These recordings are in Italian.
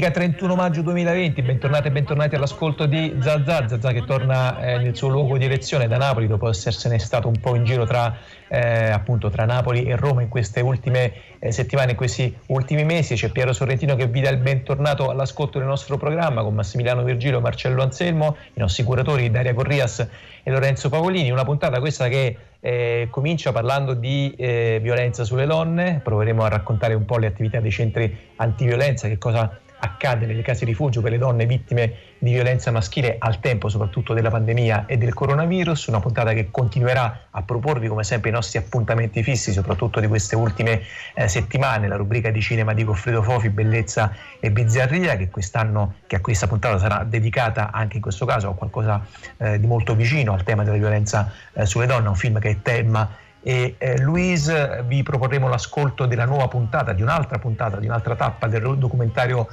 Domenica 31 maggio 2020, bentornati e bentornati all'ascolto di Zazà che torna nel suo luogo di elezione da Napoli dopo essersene stato un po' in giro tra Napoli e Roma in queste ultime settimane, in questi ultimi mesi. C'è Piero Sorrentino che vi dà il bentornato all'ascolto del nostro programma con Massimiliano Virgilio, Marcello Anselmo, i nostri curatori Daria Corrias e Lorenzo Pavolini. Una puntata questa che comincia parlando di violenza sulle donne. Proveremo a raccontare un po' le attività dei centri antiviolenza, che cosa accade nelle case rifugio per le donne vittime di violenza maschile al tempo soprattutto della pandemia e del coronavirus. Una puntata che continuerà a proporvi come sempre i nostri appuntamenti fissi, soprattutto di queste ultime settimane, la rubrica di cinema di Goffredo Fofi, Bellezza e Bizzarria, che a questa puntata sarà dedicata anche in questo caso a qualcosa di molto vicino al tema della violenza sulle donne, un film che è Thelma e Louise. Vi proporremo l'ascolto della nuova puntata, di un'altra tappa del documentario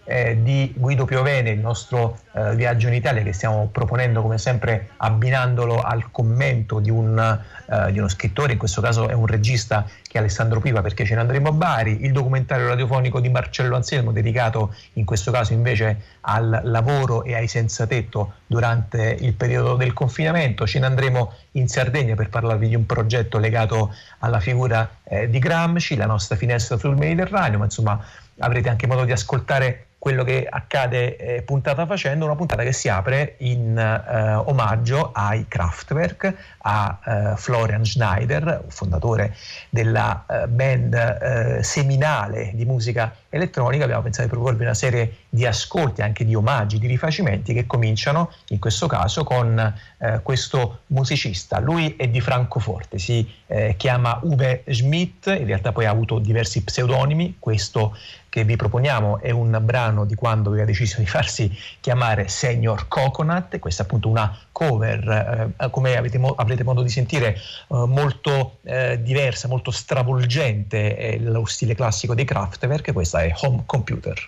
di Guido Piovene, il nostro viaggio in Italia, che stiamo proponendo come sempre abbinandolo al commento di uno scrittore, in questo caso è un regista che è Alessandro Piva, perché ce ne andremo a Bari, il documentario radiofonico di Marcello Anselmo dedicato in questo caso invece al lavoro e ai senza tetto durante il periodo del confinamento. Ce ne andremo in Sardegna per parlarvi di un progetto legato alla figura di Gramsci, la nostra finestra sul Mediterraneo, ma insomma avrete anche modo di ascoltare quello che accade puntata facendo, una puntata che si apre in omaggio ai Kraftwerk, a Florian Schneider, fondatore della band seminale di musica elettronica. Abbiamo pensato di proporvi una serie di ascolti, anche di omaggi, di rifacimenti che cominciano in questo caso con questo musicista. Lui è di Francoforte, si chiama Uwe Schmidt, in realtà poi ha avuto diversi pseudonimi. Questo che vi proponiamo è un brano di quando aveva deciso di farsi chiamare Senior Coconut. Questa è appunto una cover, come avrete modo di sentire, molto diversa, molto stravolgente, lo stile classico dei Kraftwerk. Questa è Home Computer.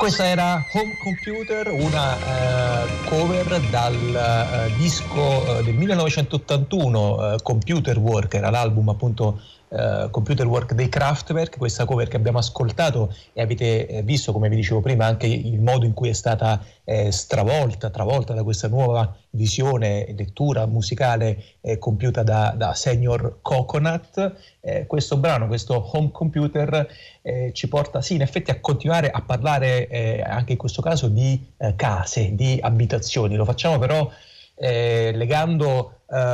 Questa era Home Computer, una cover dal disco del 1981, Computer Work, era l'album appunto Computer Work dei Kraftwerk. Questa cover che abbiamo ascoltato, e avete visto, come vi dicevo prima, anche il modo in cui è stata travolta da questa nuova visione e lettura musicale compiuta da Senior Coconut. Questo brano, questo Home Computer, ci porta sì in effetti a continuare a parlare anche in questo caso di case, di abitazioni. Lo facciamo però legando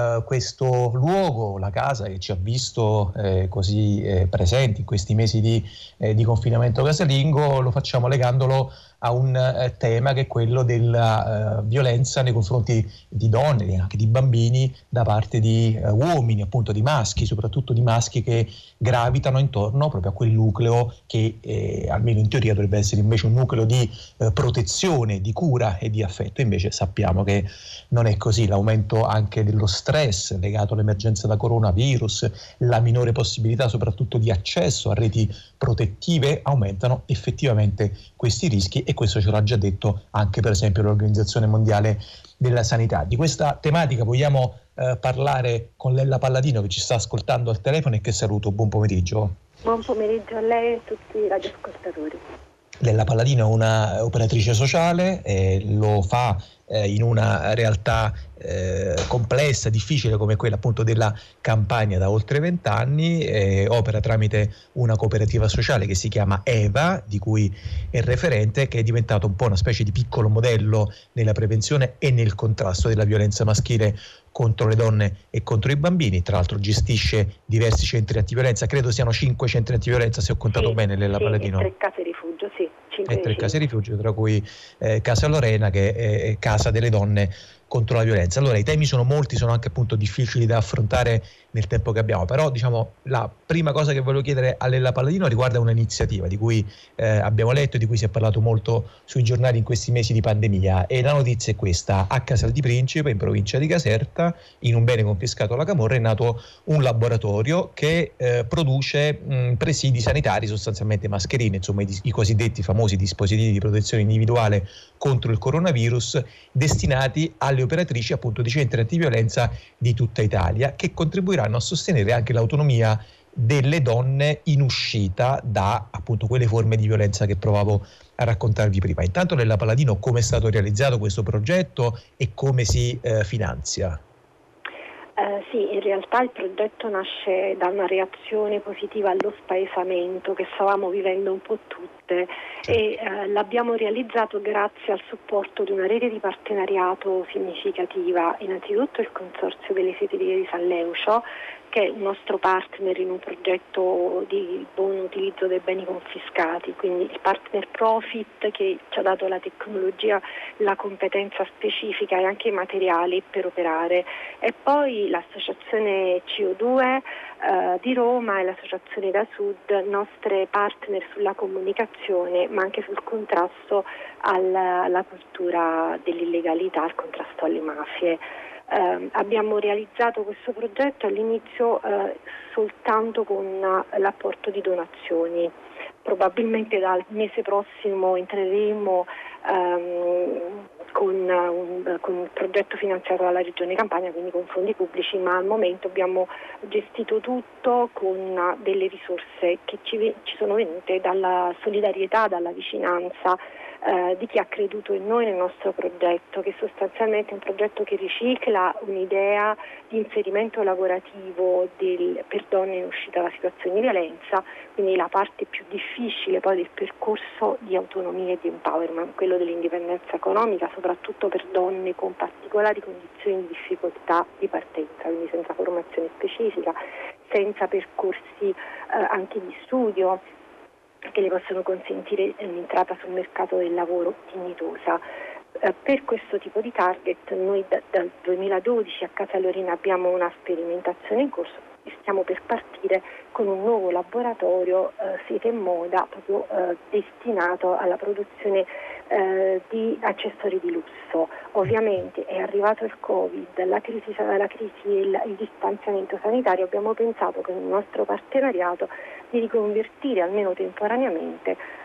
questo luogo, la casa che ci ha visto così presenti in questi mesi di confinamento casalingo, lo facciamo legandolo a un tema che è quello della violenza nei confronti di donne e anche di bambini da parte di uomini, appunto di maschi, soprattutto di maschi che gravitano intorno proprio a quel nucleo che almeno in teoria dovrebbe essere invece un nucleo di protezione, di cura e di affetto. Invece sappiamo che non è così. L'aumento anche dello stress legato all'emergenza da coronavirus, la minore possibilità soprattutto di accesso a reti protettive aumentano effettivamente questi rischi, e questo ce l'ha già detto anche per esempio l'Organizzazione Mondiale della Sanità. Di questa tematica vogliamo parlare con Lella Palladino, che ci sta ascoltando al telefono, e che saluto. Buon pomeriggio. Buon pomeriggio a lei e a tutti i radioascoltatori. Lella Palladino è una operatrice sociale, lo fa in una realtà complessa, difficile come quella appunto della Campania da oltre 20 anni, opera tramite una cooperativa sociale che si chiama EVA, di cui è referente, che è diventato un po' una specie di piccolo modello nella prevenzione e nel contrasto della violenza maschile contro le donne e contro i bambini. Tra l'altro gestisce diversi centri antiviolenza, credo siano 5 centri antiviolenza se ho contato bene, Lella Palladino. 3 case rifugio, sì. 3 case rifugio, tra cui Casa Lorena, che è casa delle donne contro la violenza. Allora, i temi sono molti, sono anche appunto difficili da affrontare nel tempo che abbiamo, però diciamo la prima cosa che voglio chiedere a Lella Palladino riguarda un'iniziativa di cui abbiamo letto e di cui si è parlato molto sui giornali in questi mesi di pandemia, e la notizia è questa: a Casal di Principe, in provincia di Caserta, in un bene confiscato alla camorra, è nato un laboratorio che produce presidi sanitari, sostanzialmente mascherine, insomma i cosiddetti famosi dispositivi di protezione individuale contro il coronavirus, destinati alle operatrici appunto di centri antiviolenza di tutta Italia, che contribuiranno a sostenere anche l'autonomia delle donne in uscita da appunto quelle forme di violenza che provavo a raccontarvi prima. Intanto, Lella Palladino, come è stato realizzato questo progetto e come si finanzia? Sì, in realtà il progetto nasce da una reazione positiva allo spaesamento che stavamo vivendo un po' tutte, e l'abbiamo realizzato grazie al supporto di una rete di partenariato significativa. Innanzitutto il Consorzio delle Segreterie di San Leucio, che è il nostro partner in un progetto di buon utilizzo dei beni confiscati, quindi il partner Profit, che ci ha dato la tecnologia, la competenza specifica e anche i materiali per operare, e poi l'associazione CO2 di Roma e l'associazione da Sud, nostre partner sulla comunicazione ma anche sul contrasto alla cultura dell'illegalità, al contrasto alle mafie. Abbiamo realizzato questo progetto all'inizio soltanto con l'apporto di donazioni. Probabilmente dal mese prossimo entreremo con un progetto finanziato dalla Regione Campania, quindi con fondi pubblici, ma al momento abbiamo gestito tutto con delle risorse che ci sono venute dalla solidarietà, dalla vicinanza di chi ha creduto in noi, nel nostro progetto, che sostanzialmente è un progetto che ricicla un'idea di inserimento lavorativo per donne in uscita da situazioni di violenza, quindi la parte più difficile poi del percorso di autonomia e di empowerment, quello dell'indipendenza economica, soprattutto per donne con particolari condizioni di difficoltà di partenza, quindi senza formazione specifica, senza percorsi anche di studio che le possono consentire un'entrata sul mercato del lavoro dignitosa. Per questo tipo di target noi dal 2012 a Casa Lorena abbiamo una sperimentazione in corso e stiamo per partire con un nuovo laboratorio sete e moda proprio destinato alla produzione di accessori di lusso. Ovviamente è arrivato il Covid, la crisi e il distanziamento sanitario, abbiamo pensato con il nostro partenariato di riconvertire almeno temporaneamente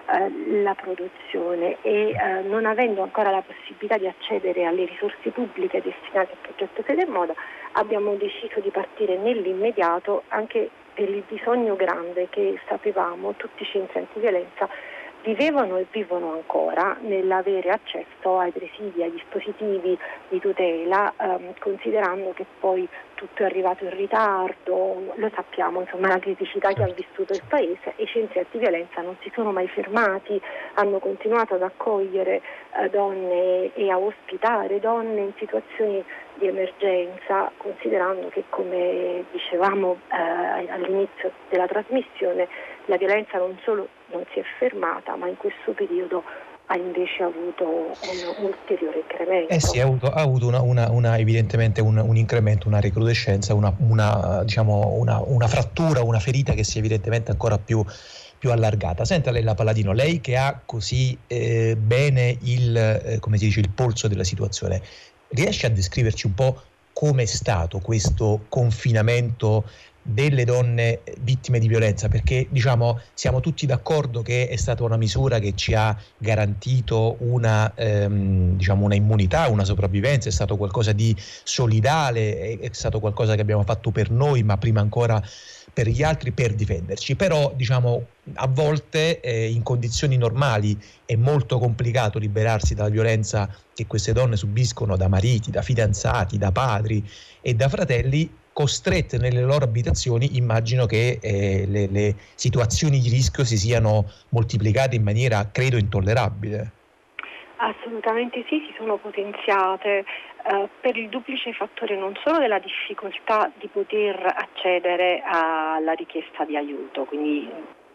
la produzione e non avendo ancora la possibilità di accedere alle risorse pubbliche destinate al progetto Federmoda, abbiamo deciso di partire nell'immediato, anche per il bisogno grande che sapevamo tutti i centri antiviolenza vivevano e vivono ancora nell'avere accesso ai presidi, ai dispositivi di tutela, considerando che poi tutto è arrivato in ritardo, lo sappiamo, insomma, la criticità che ha vissuto il Paese, e i centri antiviolenza non si sono mai fermati, hanno continuato ad accogliere donne e a ospitare donne in situazioni di emergenza, considerando che, come dicevamo all'inizio della trasmissione, la violenza non solo non si è fermata, ma in questo periodo ha invece avuto un ulteriore incremento. Sì, ha avuto evidentemente un incremento, una recrudescenza, una frattura, una ferita che si è evidentemente ancora più allargata. Senta Lella Paladino, lei che ha così bene come si dice, il polso della situazione, riesce a descriverci un po' come è stato questo confinamento delle donne vittime di violenza? Perché siamo tutti d'accordo che è stata una misura che ci ha garantito una immunità, una sopravvivenza, è stato qualcosa di solidale, è stato qualcosa che abbiamo fatto per noi, ma prima ancora per gli altri, per difenderci. Però a volte in condizioni normali è molto complicato liberarsi dalla violenza che queste donne subiscono da mariti, da fidanzati, da padri e da fratelli. Costrette nelle loro abitazioni, immagino che le situazioni di rischio si siano moltiplicate in maniera, credo, intollerabile. Assolutamente sì, si sono potenziate per il duplice fattore non solo della difficoltà di poter accedere alla richiesta di aiuto, quindi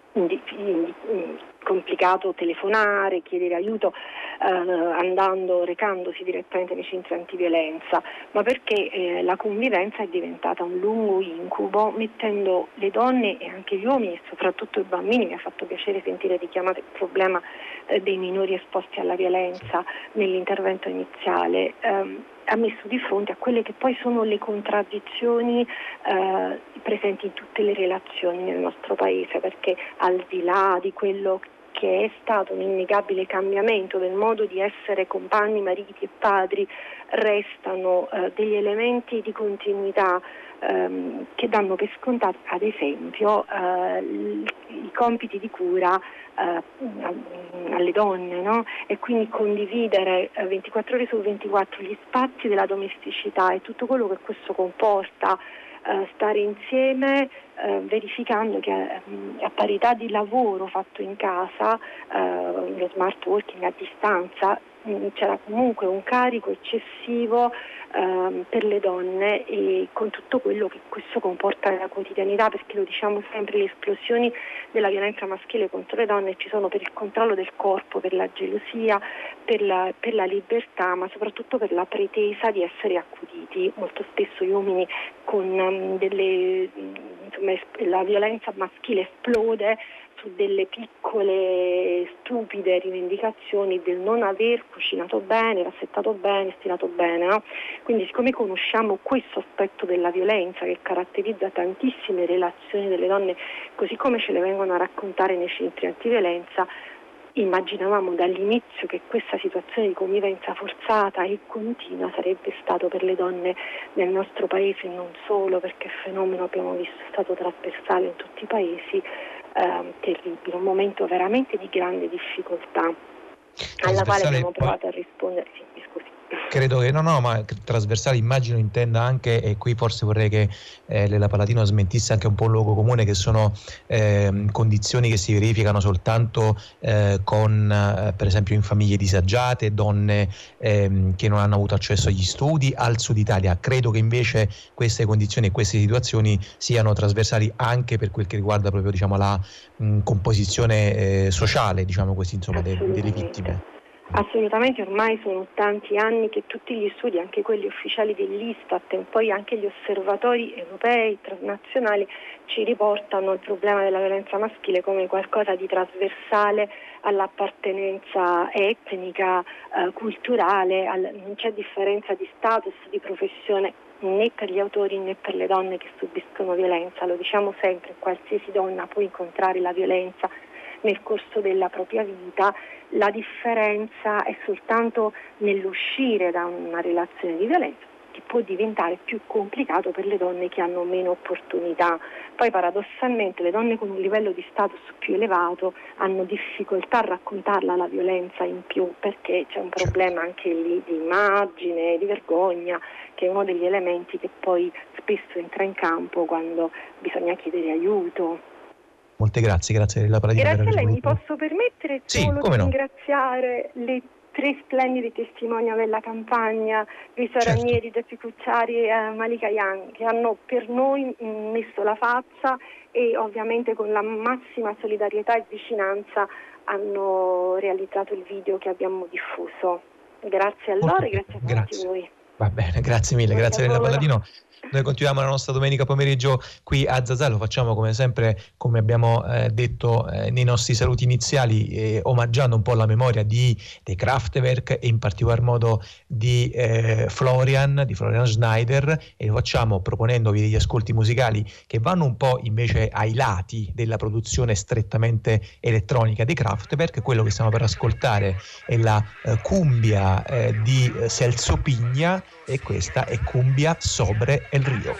complicato telefonare, chiedere aiuto recandosi direttamente nei centri antiviolenza, ma perché la convivenza è diventata un lungo incubo, mettendo le donne e anche gli uomini e soprattutto i bambini. Mi ha fatto piacere sentire richiamato il problema dei minori esposti alla violenza nell'intervento iniziale. Ha messo di fronte a quelle che poi sono le contraddizioni presenti in tutte le relazioni nel nostro Paese, perché al di là di quello che è stato un innegabile cambiamento del modo di essere compagni, mariti e padri, restano degli elementi di continuità che danno per scontato, ad esempio, i compiti di cura alle donne, no? E quindi condividere 24 ore su 24 gli spazi della domesticità e tutto quello che questo comporta, stare insieme verificando che a parità di lavoro fatto in casa, lo smart working a distanza, c'era comunque un carico eccessivo per le donne, e con tutto quello che questo comporta nella quotidianità, perché lo diciamo sempre, le esplosioni della violenza maschile contro le donne ci sono per il controllo del corpo, per la gelosia, per la libertà, ma soprattutto per la pretesa di essere accuditi. Molto spesso gli uomini con la violenza maschile esplode su delle piccole stupide rivendicazioni del non aver cucinato bene, rassettato bene, stilato bene, no? Quindi, siccome conosciamo questo aspetto della violenza che caratterizza tantissime relazioni delle donne, così come ce le vengono a raccontare nei centri antiviolenza, immaginavamo dall'inizio che questa situazione di convivenza forzata e continua sarebbe stato per le donne nel nostro paese, non solo, perché il fenomeno, abbiamo visto, è stato trasversale in tutti i paesi, terribile, un momento veramente di grande difficoltà alla quale abbiamo provato a rispondere. Sì, mi scusi. Credo che ma trasversale immagino intenda anche, e qui forse vorrei che Lella Paladino smentisse anche un po' il luogo comune, che sono condizioni che si verificano soltanto con per esempio in famiglie disagiate, donne che non hanno avuto accesso agli studi al sud Italia. Credo che invece queste condizioni e queste situazioni siano trasversali anche per quel che riguarda proprio la composizione sociale, delle vittime. Assolutamente, ormai sono tanti anni che tutti gli studi, anche quelli ufficiali dell'Istat e poi anche gli osservatori europei, transnazionali, ci riportano il problema della violenza maschile come qualcosa di trasversale all'appartenenza etnica, culturale, non c'è differenza di status, di professione, né per gli autori né per le donne che subiscono violenza. Lo diciamo sempre, qualsiasi donna può incontrare la violenza nel corso della propria vita. La differenza è soltanto nell'uscire da una relazione di violenza, che può diventare più complicato per le donne che hanno meno opportunità. Poi paradossalmente le donne con un livello di status più elevato hanno difficoltà a raccontarla la violenza in più, perché c'è un problema anche lì di immagine, di vergogna, che è uno degli elementi che poi spesso entra in campo quando bisogna chiedere aiuto. Molte grazie Lilla Paladino. Grazie a lei. Mi posso permettere solo di ringraziare le 3 splendidi testimoni della campagna, Luisa Ranieri, Geppi Cucciari e Malika Young, che hanno per noi messo la faccia e ovviamente con la massima solidarietà e vicinanza hanno realizzato il video che abbiamo diffuso. Grazie a loro e grazie a tutti voi. Va bene, grazie mille, grazie Lilla Paladino. Noi continuiamo la nostra domenica pomeriggio qui a Zazà, lo facciamo come sempre, come abbiamo detto nei nostri saluti iniziali, omaggiando un po' la memoria dei Kraftwerk e in particolar modo di Florian Schneider, e lo facciamo proponendovi degli ascolti musicali che vanno un po' invece ai lati della produzione strettamente elettronica dei Kraftwerk. Quello che stiamo per ascoltare è la cumbia di Celso Pigna, e questa è Cumbia sobre el río.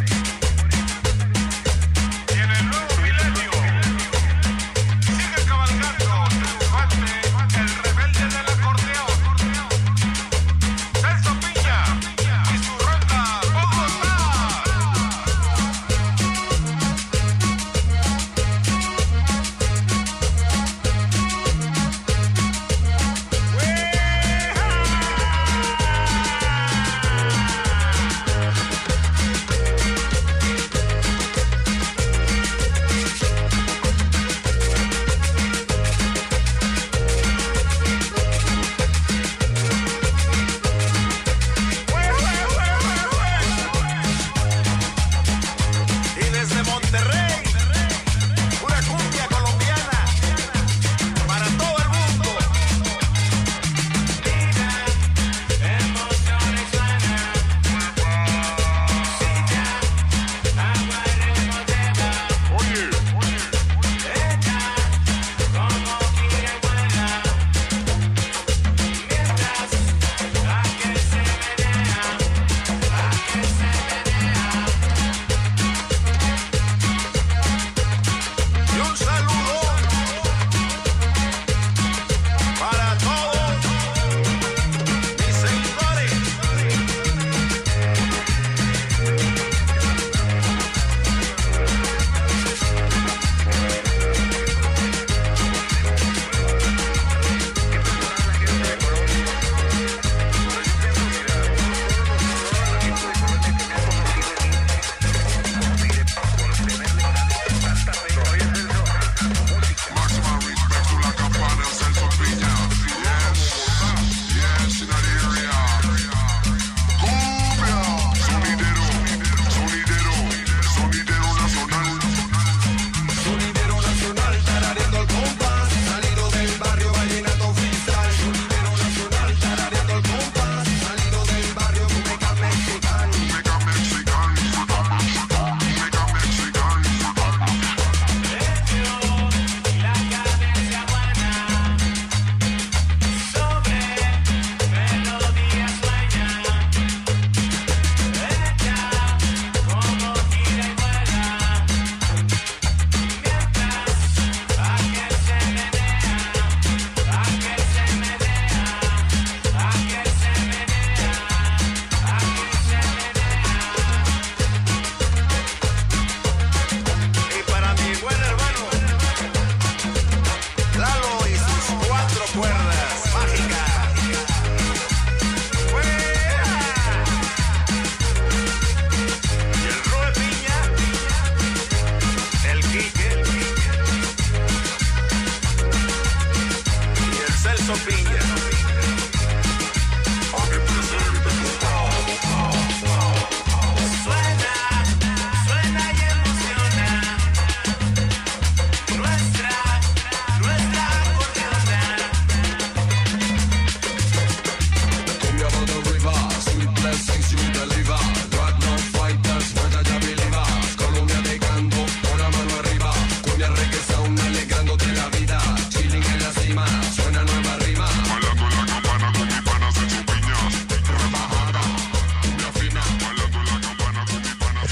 Cabalgando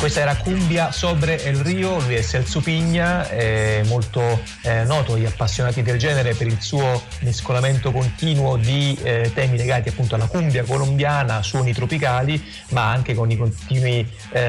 Questa era Cumbia sobre el Rio, lui è Celso Pigna, molto noto agli appassionati del genere per il suo mescolamento continuo di temi legati appunto alla cumbia colombiana, suoni tropicali, ma anche con i continue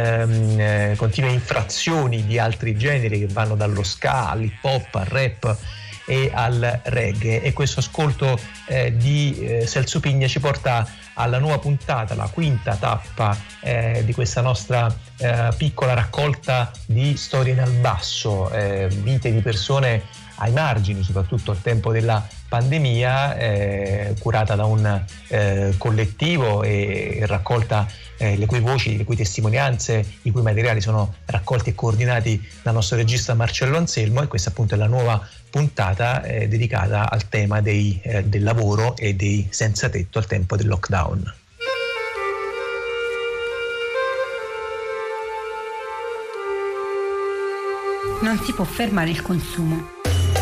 infrazioni di altri generi che vanno dallo ska all'hip hop al rap e al reggae. E questo ascolto di Celso Pigna ci porta alla nuova puntata, la quinta tappa di questa nostra piccola raccolta di storie dal basso, vite di persone ai margini, soprattutto al tempo della pandemia, curata da un collettivo e raccolta le cui voci, le cui testimonianze, i cui materiali sono raccolti e coordinati dal nostro regista Marcello Anselmo. E questa appunto è la nuova puntata dedicata al tema del lavoro e dei senza tetto al tempo del lockdown. Non si può fermare il consumo.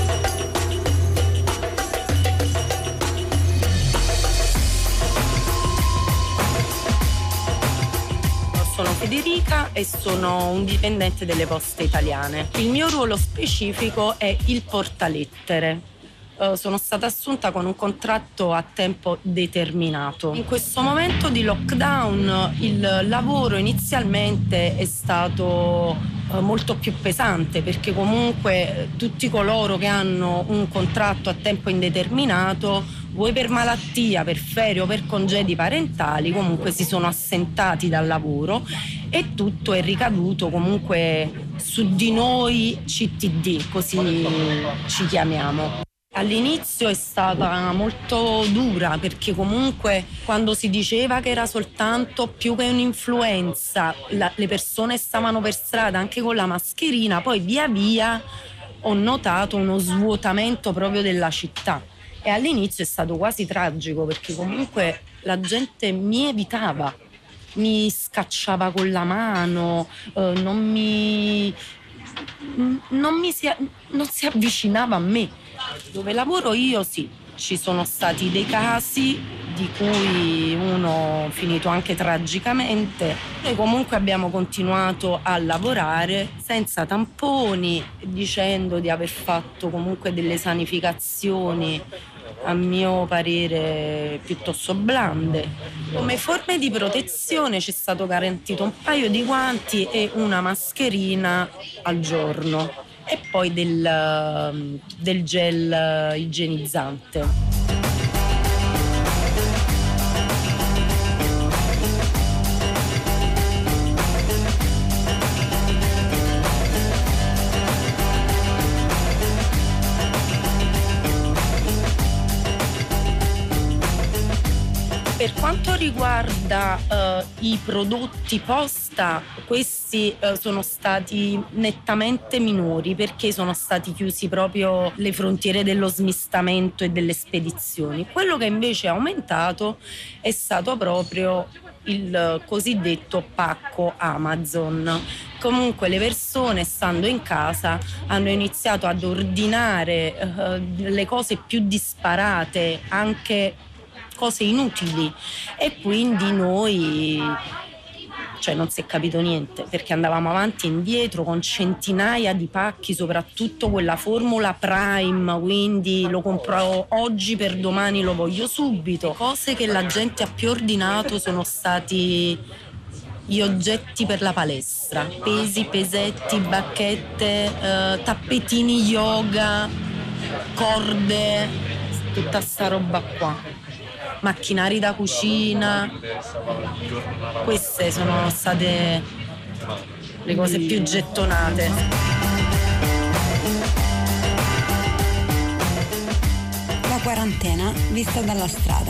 Sono Federica e sono un dipendente delle Poste Italiane. Il mio ruolo specifico è il portalettere. Sono stata assunta con un contratto a tempo determinato. In questo momento di lockdown il lavoro inizialmente è stato molto più pesante, perché comunque tutti coloro che hanno un contratto a tempo indeterminato, vuoi per malattia, per ferie o per congedi parentali, comunque si sono assentati dal lavoro e tutto è ricaduto comunque su di noi CTD, così ci chiamiamo. All'inizio è stata molto dura, perché comunque quando si diceva che era soltanto più che un'influenza, le persone stavano per strada anche con la mascherina, poi via via ho notato uno svuotamento proprio della città. E all'inizio è stato quasi tragico, perché comunque la gente mi evitava, mi scacciava con la mano, non si avvicinava a me. Dove lavoro io sì, ci sono stati dei casi di cui uno finito anche tragicamente. Noi comunque abbiamo continuato a lavorare senza tamponi, dicendo di aver fatto comunque delle sanificazioni a mio parere piuttosto blande. Come forme di protezione ci è stato garantito un paio di guanti e una mascherina al giorno e poi del gel igienizzante. Per quanto riguarda i prodotti posta, questi sono stati nettamente minori, perché sono stati chiusi proprio le frontiere dello smistamento e delle spedizioni. Quello che invece è aumentato è stato proprio il cosiddetto pacco Amazon. Comunque le persone, stando in casa, hanno iniziato ad ordinare le cose più disparate, anche cose inutili, e quindi noi non si è capito niente, perché andavamo avanti e indietro con centinaia di pacchi, soprattutto quella formula Prime, quindi lo compro oggi per domani lo voglio subito. Cose che la gente ha più ordinato sono stati gli oggetti per la palestra, pesi, pesetti, bacchette, tappetini yoga, corde, tutta sta roba qua. Macchinari da cucina, queste sono state le cose più gettonate. La quarantena vista dalla strada.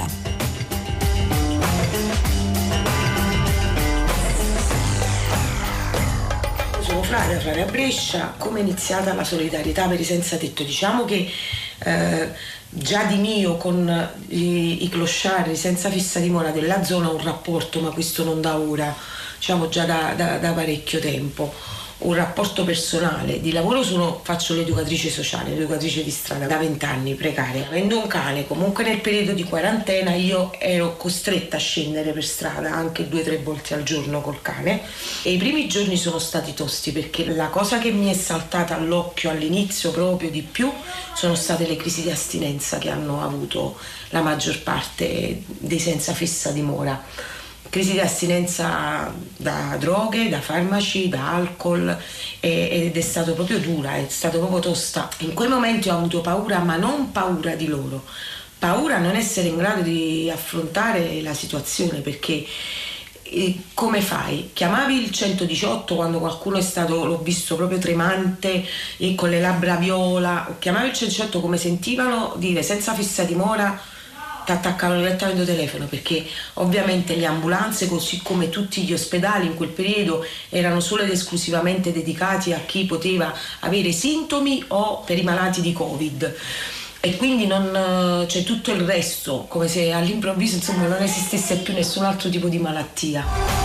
Sono Flavia a Brescia. Come è iniziata la solidarietà per i senza tetto? Diciamo che già di mio con i clochard, senza fissa dimora della zona, un rapporto, ma questo non da ora, diciamo già da parecchio tempo. un rapporto personale. Di lavoro faccio l'educatrice sociale, l'educatrice di strada da 20 anni, precaria. Avendo un cane, comunque nel periodo di quarantena io ero costretta a scendere per strada anche 2-3 volte al giorno col cane, e i primi giorni sono stati tosti, perché la cosa che mi è saltata all'occhio all'inizio proprio di più sono state le crisi di astinenza che hanno avuto la maggior parte dei senza fissa dimora. Crisi di astinenza da droghe, da farmaci, da alcol, ed è stato proprio dura, è stato proprio tosta. In quei momenti ho avuto paura, ma non paura di loro, paura a non essere in grado di affrontare la situazione, perché come fai? Chiamavi il 118 quando qualcuno è stato, l'ho visto proprio tremante e con le labbra viola, chiamavi il 118, come sentivano dire senza fissa dimora, ti attaccavano direttamente al telefono, perché ovviamente le ambulanze, così come tutti gli ospedali in quel periodo, erano solo ed esclusivamente dedicati a chi poteva avere sintomi o per i malati di Covid, e quindi non c'è tutto il resto, come se all'improvviso insomma non esistesse più nessun altro tipo di malattia.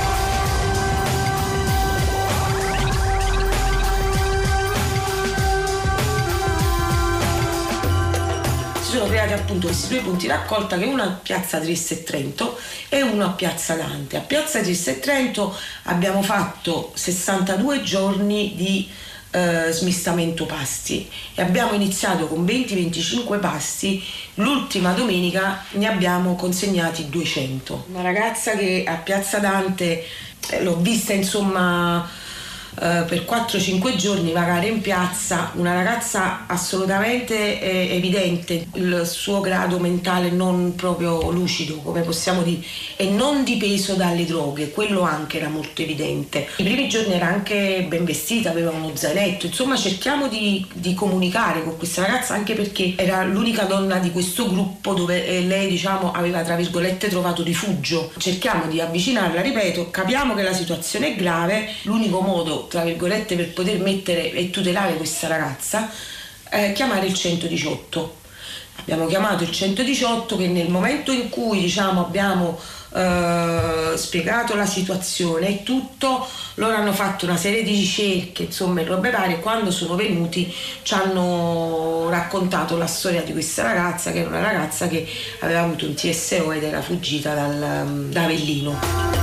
Sono creati appunto questi due punti raccolta, che uno a Piazza Trieste e Trento e uno a Piazza Dante. A Piazza Trieste e Trento abbiamo fatto 62 giorni di smistamento pasti, e abbiamo iniziato con 20-25 pasti, l'ultima domenica ne abbiamo consegnati 200. Una ragazza che a Piazza Dante l'ho vista insomma per 4-5 giorni vagare in piazza, una ragazza assolutamente evidente, il suo grado mentale non proprio lucido, come possiamo dire, e non dipeso dalle droghe, quello anche era molto evidente. I primi giorni era anche ben vestita, aveva uno zainetto, insomma cerchiamo di comunicare con questa ragazza, anche perché era l'unica donna di questo gruppo dove lei diciamo aveva tra virgolette trovato rifugio. Cerchiamo di avvicinarla, ripeto, capiamo che la situazione è grave, l'unico modo tra virgolette per poter mettere e tutelare questa ragazza chiamare il 118. Abbiamo chiamato il 118, che nel momento in cui diciamo abbiamo spiegato la situazione e tutto, loro hanno fatto una serie di ricerche insomma e robe varie. Quando sono venuti ci hanno raccontato la storia di questa ragazza, che era una ragazza che aveva avuto un TSO ed era fuggita da Avellino.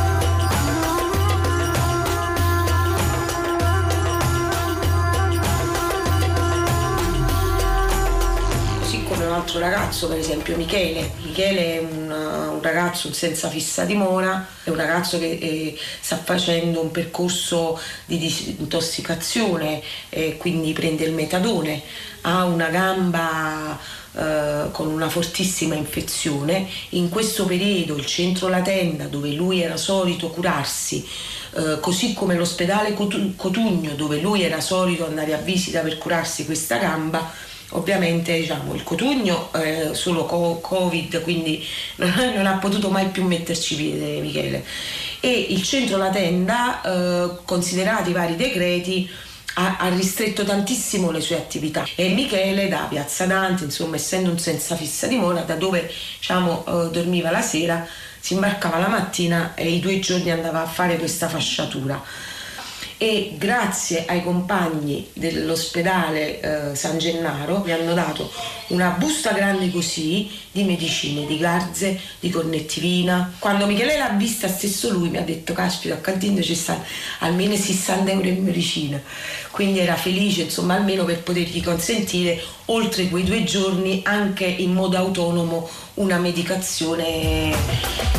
Un altro ragazzo, per esempio Michele è un ragazzo un senza fissa dimora, è un ragazzo che sta facendo un percorso di disintossicazione, quindi prende il metadone, ha una gamba con una fortissima infezione. In questo periodo il centro La Tenda, dove lui era solito curarsi, così come l'ospedale Cotugno, dove lui era solito andare a visita per curarsi questa gamba, ovviamente diciamo il Cotugno solo Covid, quindi non ha potuto mai più metterci piede Michele, e il centro La Tenda, considerati i vari decreti, ha ristretto tantissimo le sue attività, e Michele da Piazza Dante, insomma essendo un senza fissa dimora, da dove diciamo dormiva la sera, si imbarcava la mattina e i 2 giorni andava a fare questa fasciatura. E grazie ai compagni dell'ospedale San Gennaro mi hanno dato una busta grande così di medicine, di garze, di connettivina. Quando Michele l'ha vista, stesso lui mi ha detto: caspita, a Cantino ci stanno almeno 60 euro in medicina. Quindi era felice insomma almeno per potergli consentire, oltre quei 2 giorni, anche in modo autonomo una medicazione.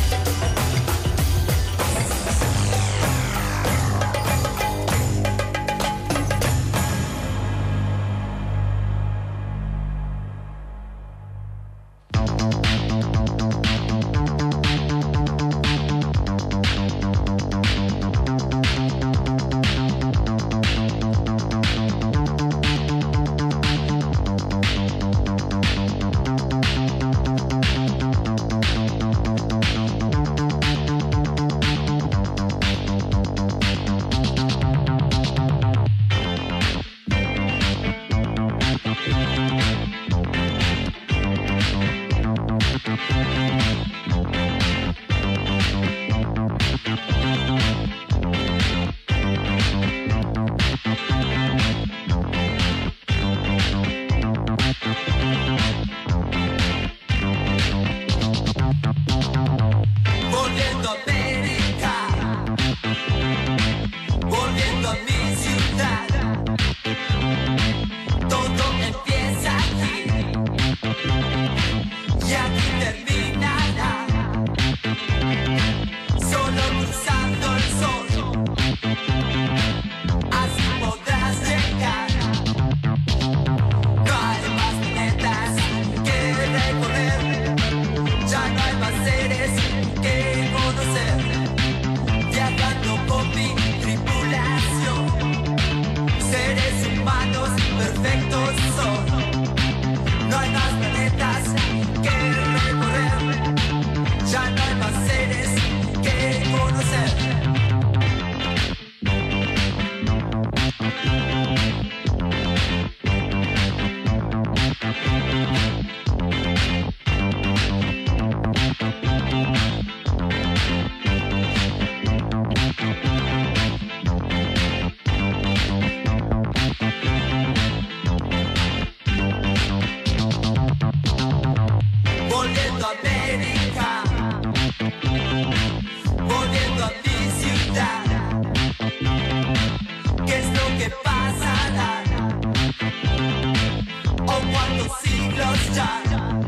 siglos ya.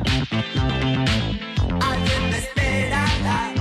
Alguien me esperará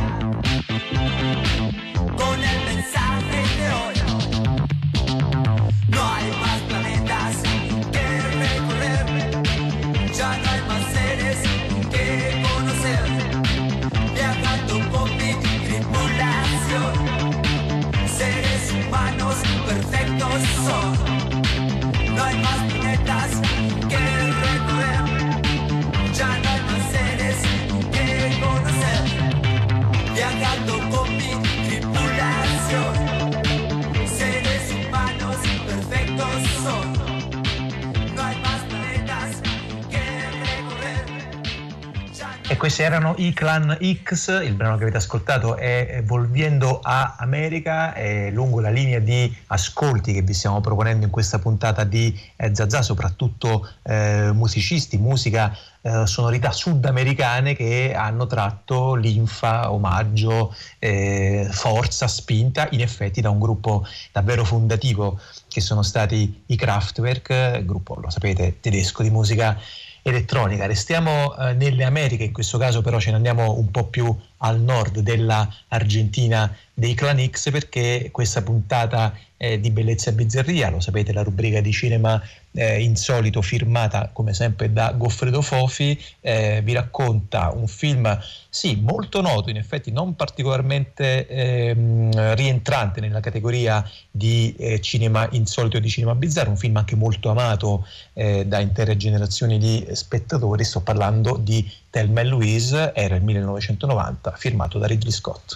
con el mensaje de hoy. No hay más planetas que recorrer, ya no hay más seres que conocer. Viajando con mi tripulación, seres humanos perfectos son. No hay más planetas que recorrer, ya no hay más seres que conocer. Viajando con mi tripulación, seres humanos perfectos son. No hay más planetas que recorrer. E questi erano i Clan X. Il brano che avete ascoltato è Volviendo a America, lungo la linea di ascolti che vi stiamo proponendo in questa puntata di Zazà, soprattutto musicisti, musica, sonorità sudamericane che hanno tratto linfa, omaggio, forza, spinta in effetti da un gruppo davvero fondativo che sono stati i Kraftwerk, gruppo, lo sapete, tedesco di musica elettronica. Restiamo nelle Americhe, in questo caso però ce ne andiamo un po' più al nord della Argentina dei Clan X, perché questa puntata di Bellezza e Bizzarria, lo sapete, la rubrica di cinema insolito firmata come sempre da Goffredo Fofi, vi racconta un film sì molto noto, in effetti non particolarmente rientrante nella categoria di cinema insolito e di cinema bizzarro, un film anche molto amato da intere generazioni di spettatori. Sto parlando di Thelma e Louise, era il 1990, firmato da Ridley Scott.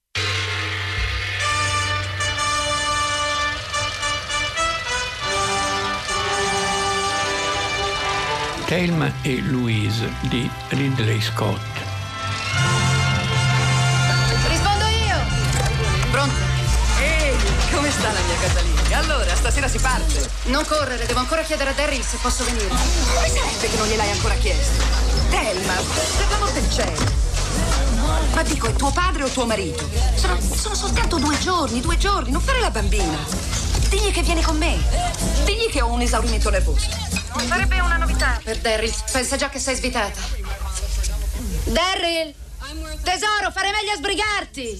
Thelma e Louise di Ridley Scott. Rispondo io! Pronto? Ehi, come sta la mia casalinga? Allora, stasera si parte. Non correre, devo ancora chiedere a Daryl se posso venire. Come sarebbe che non gliel'hai ancora chiesto? Thelma, per l'amor del cielo. Ma dico, è tuo padre o tuo marito? Sono soltanto 2 giorni, non fare la bambina. Digli che vieni con me. Digli che ho un esaurimento nervoso. Sarebbe una novità per Daryl. Pensa già che sei svitata. Daryl! Tesoro, fare meglio a sbrigarti!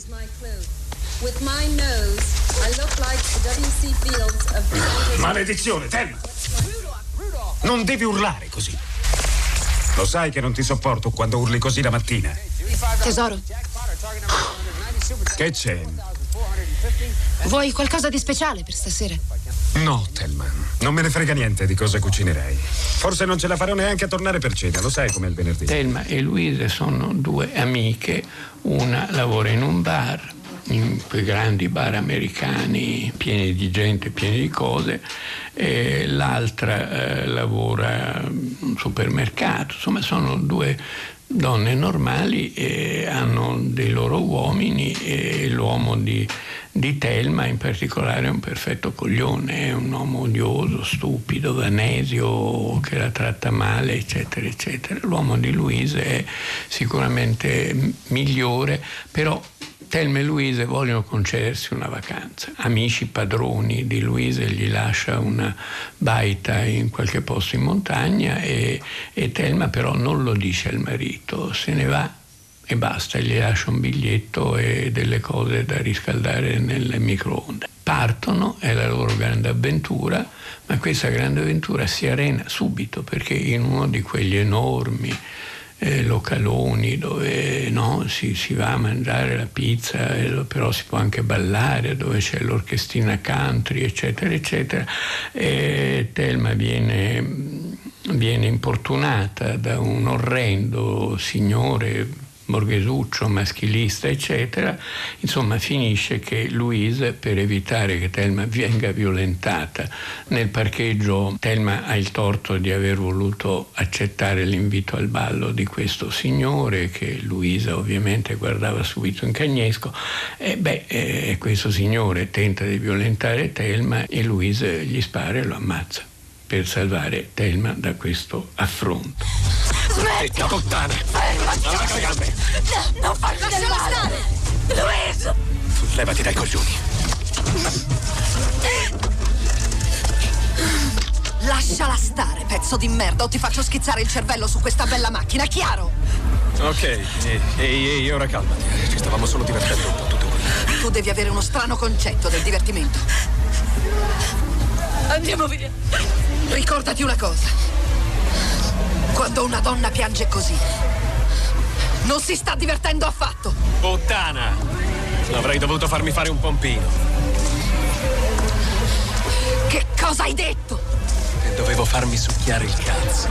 Maledizione, Thelma! Non devi urlare così. Lo sai che non ti sopporto quando urli così la mattina. Tesoro, Che c'è? vuoi qualcosa di speciale per stasera? No, Thelma, non me ne frega niente di cosa cucinerai. Forse non ce la farò neanche a tornare per cena, lo sai com'è il venerdì. Thelma e Louise sono 2 amiche, una lavora in un bar, in quei grandi bar americani pieni di gente, pieni di cose, e l'altra lavora in un supermercato. Insomma, sono 2 donne normali e hanno dei loro uomini, e l'uomo di Thelma in particolare è un perfetto coglione, è un uomo odioso, stupido, vanesio, che la tratta male, eccetera, eccetera. L'uomo di Louise è sicuramente migliore, però Thelma e Louise vogliono concedersi una vacanza. Amici padroni di Louise gli lascia una baita in qualche posto in montagna e Thelma però non lo dice al marito, se ne va e basta, gli lascia un biglietto e delle cose da riscaldare nelle microonde. Partono, è la loro grande avventura, ma questa grande avventura si arena subito, perché in uno di quegli enormi localoni dove si va a mangiare la pizza, però si può anche ballare, dove c'è l'orchestrina country, eccetera, eccetera, e Thelma viene importunata da un orrendo signore borghesuccio, maschilista, eccetera. Insomma, finisce che Louise, per evitare che Thelma venga violentata nel parcheggio, Thelma ha il torto di aver voluto accettare l'invito al ballo di questo signore, che Louise ovviamente guardava subito in cagnesco. Questo signore tenta di violentare Thelma e Louise gli spara e lo ammazza per salvare Thelma da questo affronto. Smettila, puttana! Fermati! Levati le gambe! No, non farmi del male! Louise! Levati dai coglioni! Lasciala stare, pezzo di merda, o ti faccio schizzare il cervello su questa bella macchina, chiaro? Ok, ehi, ora calmati. Ci stavamo solo divertendo un po' tutto qui. Tu devi avere uno strano concetto del divertimento. Andiamo via. Ricordati una cosa. Quando una donna piange così, non si sta divertendo affatto. Puttana! Avrei dovuto farmi fare un pompino. Che cosa hai detto? E dovevo farmi succhiare il cazzo.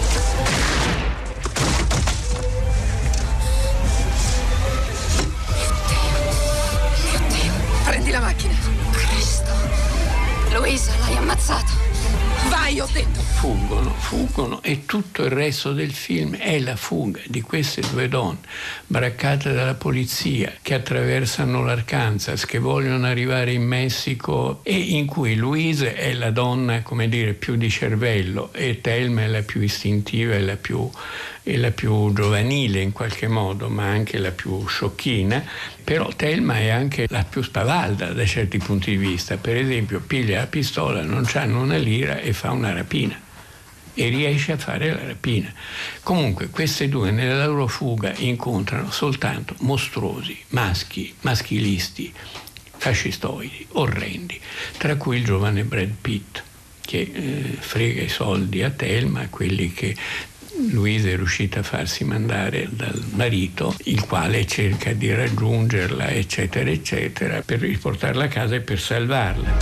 Prendi la macchina. Cristo. Luisa, l'hai ammazzato. Vai, ho detto. Fuggono e tutto il resto del film è la fuga di queste due donne braccate dalla polizia che attraversano l'Arkansas, che vogliono arrivare in Messico e in cui Louise è la donna, come dire, più di cervello e Thelma è la più istintiva e la più giovanile in qualche modo, ma anche la più sciocchina. Però Thelma è anche la più spavalda da certi punti di vista. Per esempio piglia la pistola, non c'hanno una lira e fa una rapina e riesce a fare la rapina. Comunque queste due nella loro fuga incontrano soltanto mostruosi, maschilisti, fascistoidi, orrendi, tra cui il giovane Brad Pitt che frega i soldi a Thelma, quelli che Louise è riuscita a farsi mandare dal marito, il quale cerca di raggiungerla, eccetera, eccetera, per riportarla a casa e per salvarla.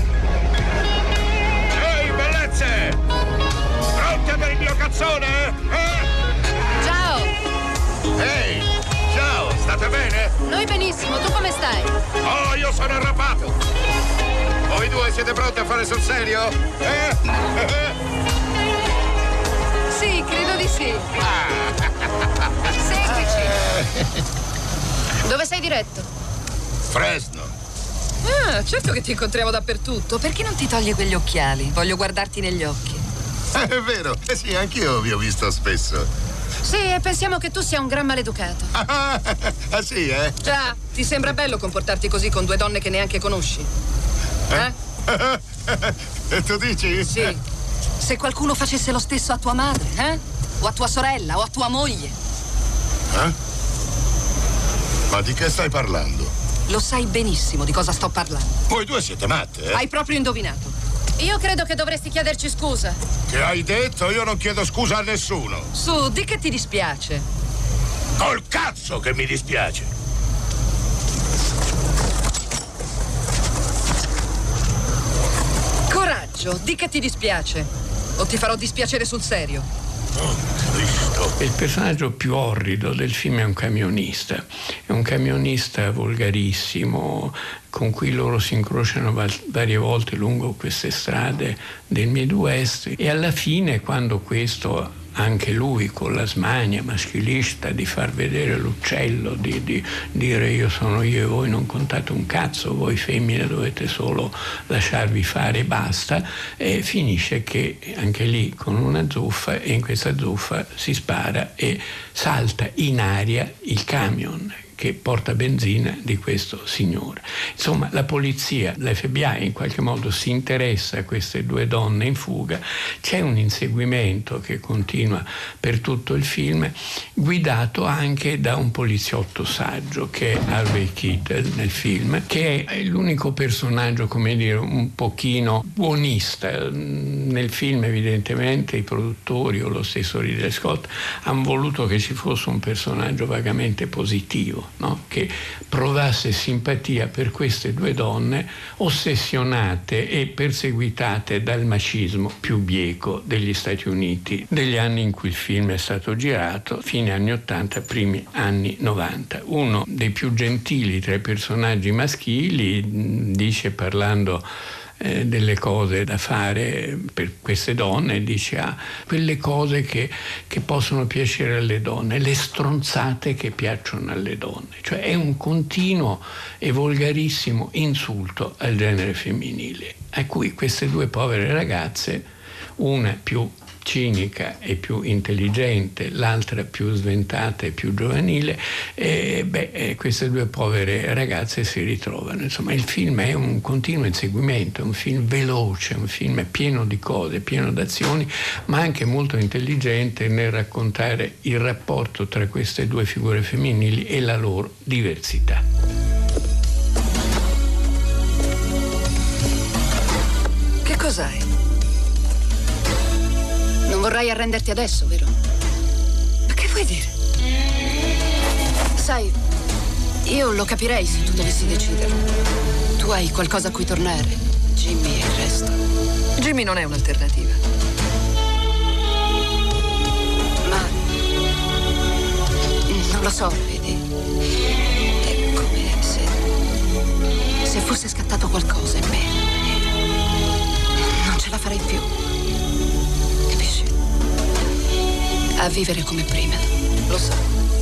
Ehi, bellezze! Pronte per il mio cazzone? Ciao! Ehi, ciao, state bene? Noi benissimo, tu come stai? Oh, io sono arrabbiato! Voi due siete pronti a fare sul serio? Sì, credo di sì. Seguici. Dove sei diretto? Fresno. Ah, certo che ti incontriamo dappertutto. Perché non ti togli quegli occhiali? Voglio guardarti negli occhi. È vero, sì, anch'io vi ho visto spesso. Sì, e pensiamo che tu sia un gran maleducato. Ah, sì, eh? Già, ti sembra bello comportarti così con due donne che neanche conosci? E tu dici? Sì. Se qualcuno facesse lo stesso a tua madre, o a tua sorella, o a tua moglie. Ma di che stai parlando? Lo sai benissimo di cosa sto parlando. Voi due siete matte, eh? Hai proprio indovinato. Io credo che dovresti chiederci scusa. Che hai detto? Io non chiedo scusa a nessuno. Su, di che ti dispiace? Col cazzo che mi dispiace. Coraggio, di che ti dispiace? O ti farò dispiacere sul serio? Oh, Cristo. Il personaggio più orrido del film è un camionista volgarissimo con cui loro si incrociano varie volte lungo queste strade del Midwest e alla fine, quando questo, anche lui con la smania maschilista di far vedere l'uccello, di dire io sono io e voi non contate un cazzo, voi femmine dovete solo lasciarvi fare e basta, e finisce che anche lì con una zuffa, e in questa zuffa si spara e salta in aria il camion che porta benzina di questo signore. Insomma, la polizia, l'FBI in qualche modo si interessa a queste due donne in fuga, c'è un inseguimento che continua per tutto il film, guidato anche da un poliziotto saggio che è Harvey Keitel nel film, che è l'unico personaggio, come dire, un pochino buonista. Nel film evidentemente i produttori o lo stesso Ridley Scott hanno voluto che ci fosse un personaggio vagamente positivo, no? Che provasse simpatia per queste due donne ossessionate e perseguitate dal macismo più bieco degli Stati Uniti degli anni in cui il film è stato girato, fine anni 80, primi anni 90. Uno dei più gentili tra i personaggi maschili dice, parlando delle cose da fare per queste donne, dice quelle cose che possono piacere alle donne, le stronzate che piacciono alle donne, cioè è un continuo e volgarissimo insulto al genere femminile, a cui queste due povere ragazze, una più cinica e più intelligente, l'altra più sventata e più giovanile, queste due povere ragazze si ritrovano. Insomma, il film è un continuo inseguimento, è un film veloce, un film pieno di cose, pieno d'azioni, ma anche molto intelligente nel raccontare il rapporto tra queste due figure femminili e la loro diversità. Che cos'hai? Non vorrai arrenderti adesso, vero? Ma che vuoi dire? Sai, io lo capirei se tu dovessi decidere. Tu hai qualcosa a cui tornare, Jimmy e il resto. Jimmy non è un'alternativa. Ma non lo so, vedi? È come se fosse scattato qualcosa in me. Non ce la farei più. Capisci? A vivere come prima. Lo so.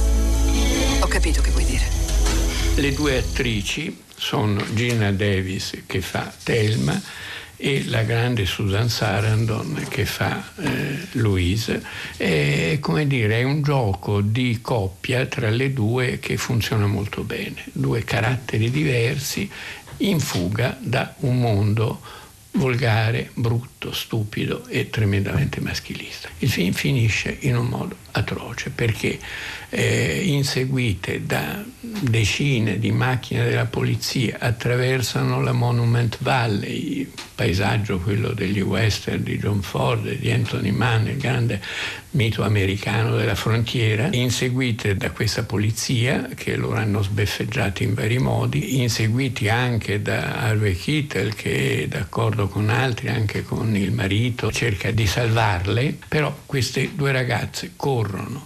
Ho capito che vuoi dire. Le due attrici sono Geena Davis, che fa Thelma, e la grande Susan Sarandon, che fa Louise. È un gioco di coppia tra le due che funziona molto bene. Due caratteri diversi in fuga da un mondo volgare, brutto, stupido e tremendamente maschilista. Il film finisce in un modo atroce perché inseguite da decine di macchine della polizia attraversano la Monument Valley, il paesaggio quello degli western di John Ford e di Anthony Mann, il grande mito americano della frontiera, inseguite da questa polizia che loro hanno sbeffeggiato in vari modi, inseguiti anche da Harvey Keitel che, d'accordo con altri, anche con il marito, cerca di salvarle, però queste due ragazze corrono,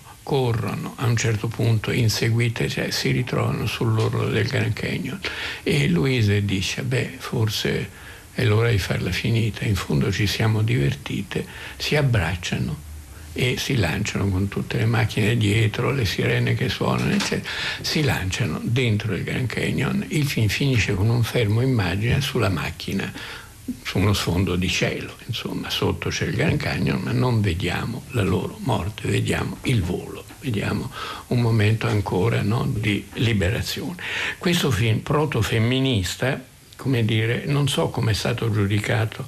a un certo punto inseguite, si ritrovano sull'orlo del Grand Canyon e Louise dice, forse è l'ora di farla finita, in fondo ci siamo divertite, si abbracciano e si lanciano con tutte le macchine dietro, le sirene che suonano, eccetera, si lanciano dentro il Grand Canyon. Il film finisce con un fermo immagine sulla macchina, su uno sfondo di cielo, insomma, sotto c'è il Grand Canyon, ma non vediamo la loro morte, vediamo il volo, vediamo un momento ancora di liberazione. Questo film protofemminista, non so come è stato giudicato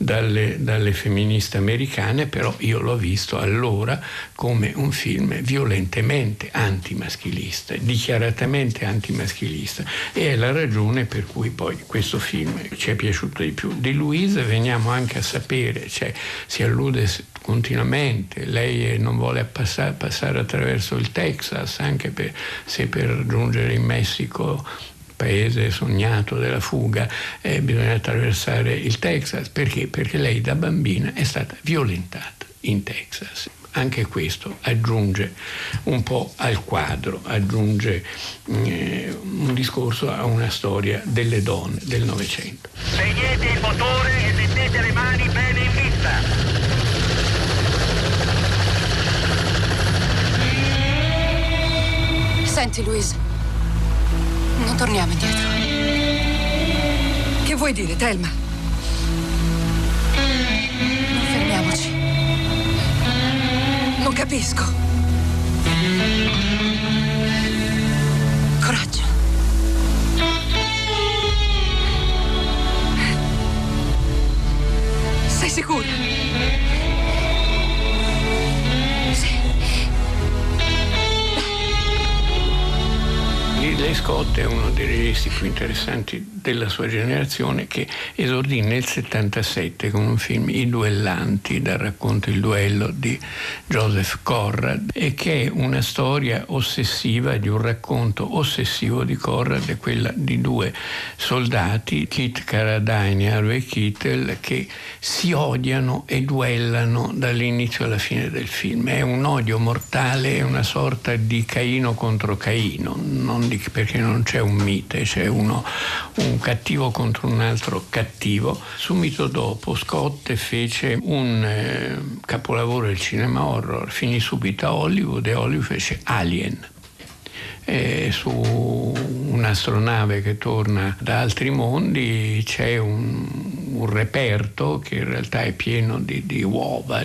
dalle femministe americane, però io l'ho visto allora come un film violentemente antimaschilista, dichiaratamente antimaschilista, e è la ragione per cui poi questo film ci è piaciuto di più. Di Louise veniamo anche a sapere, si allude continuamente, lei non vuole passare attraverso il Texas, anche se per giungere in Messico, paese sognato della fuga, bisogna attraversare il Texas. Perché? Perché lei da bambina è stata violentata in Texas. Anche questo aggiunge un po' al quadro, aggiunge un discorso a una storia delle donne del Novecento. Spegnete il motore e mettete le mani bene in vista. Senti, Louise, non torniamo indietro. Che vuoi dire, Thelma? Non fermiamoci. Non capisco. Coraggio. Sei sicura? Ridley Scott è uno dei registi più interessanti della sua generazione, che esordì nel 1977 con un film, I duellanti, dal racconto Il duello di Joseph Conrad, e che è una storia ossessiva, di un racconto ossessivo di Conrad, è quella di due soldati, Kit Carradine e Harvey Keitel, che si odiano e duellano dall'inizio alla fine del film. È un odio mortale, è una sorta di Caino contro Caino, perché non c'è un mite, c'è un cattivo contro un altro cattivo. Subito dopo Scott fece un capolavoro del cinema horror, finì subito a Hollywood, e Hollywood fece Alien, su un'astronave che torna da altri mondi c'è un un reperto che in realtà è pieno di uova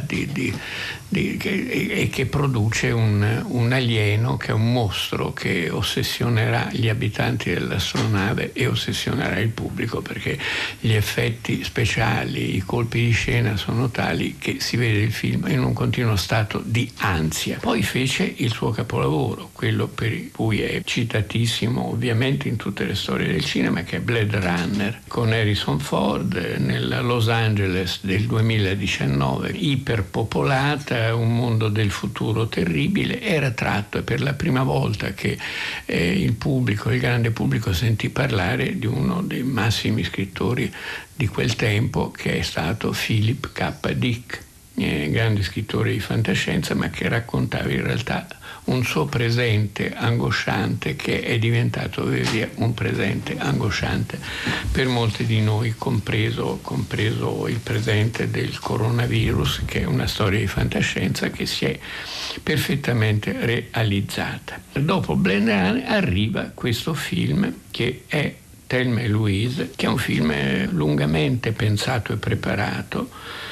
e che produce un alieno che è un mostro che ossessionerà gli abitanti dell'astronave e ossessionerà il pubblico, perché gli effetti speciali, i colpi di scena sono tali che si vede il film in un continuo stato di ansia. Poi fece il suo capolavoro, quello per cui è citatissimo ovviamente in tutte le storie del cinema, che è Blade Runner, con Harrison Ford nella Los Angeles del 2019, iperpopolata, un mondo del futuro terribile. Era tratto, e per la prima volta che il grande pubblico sentì parlare di uno dei massimi scrittori di quel tempo, che è stato Philip K. Dick, grande scrittore di fantascienza, ma che raccontava in realtà un suo presente angosciante che è diventato via un presente angosciante per molti di noi, compreso il presente del coronavirus, che è una storia di fantascienza che si è perfettamente realizzata. Dopo Blade Runner arriva questo film che è Thelma e Louise, che è un film lungamente pensato e preparato,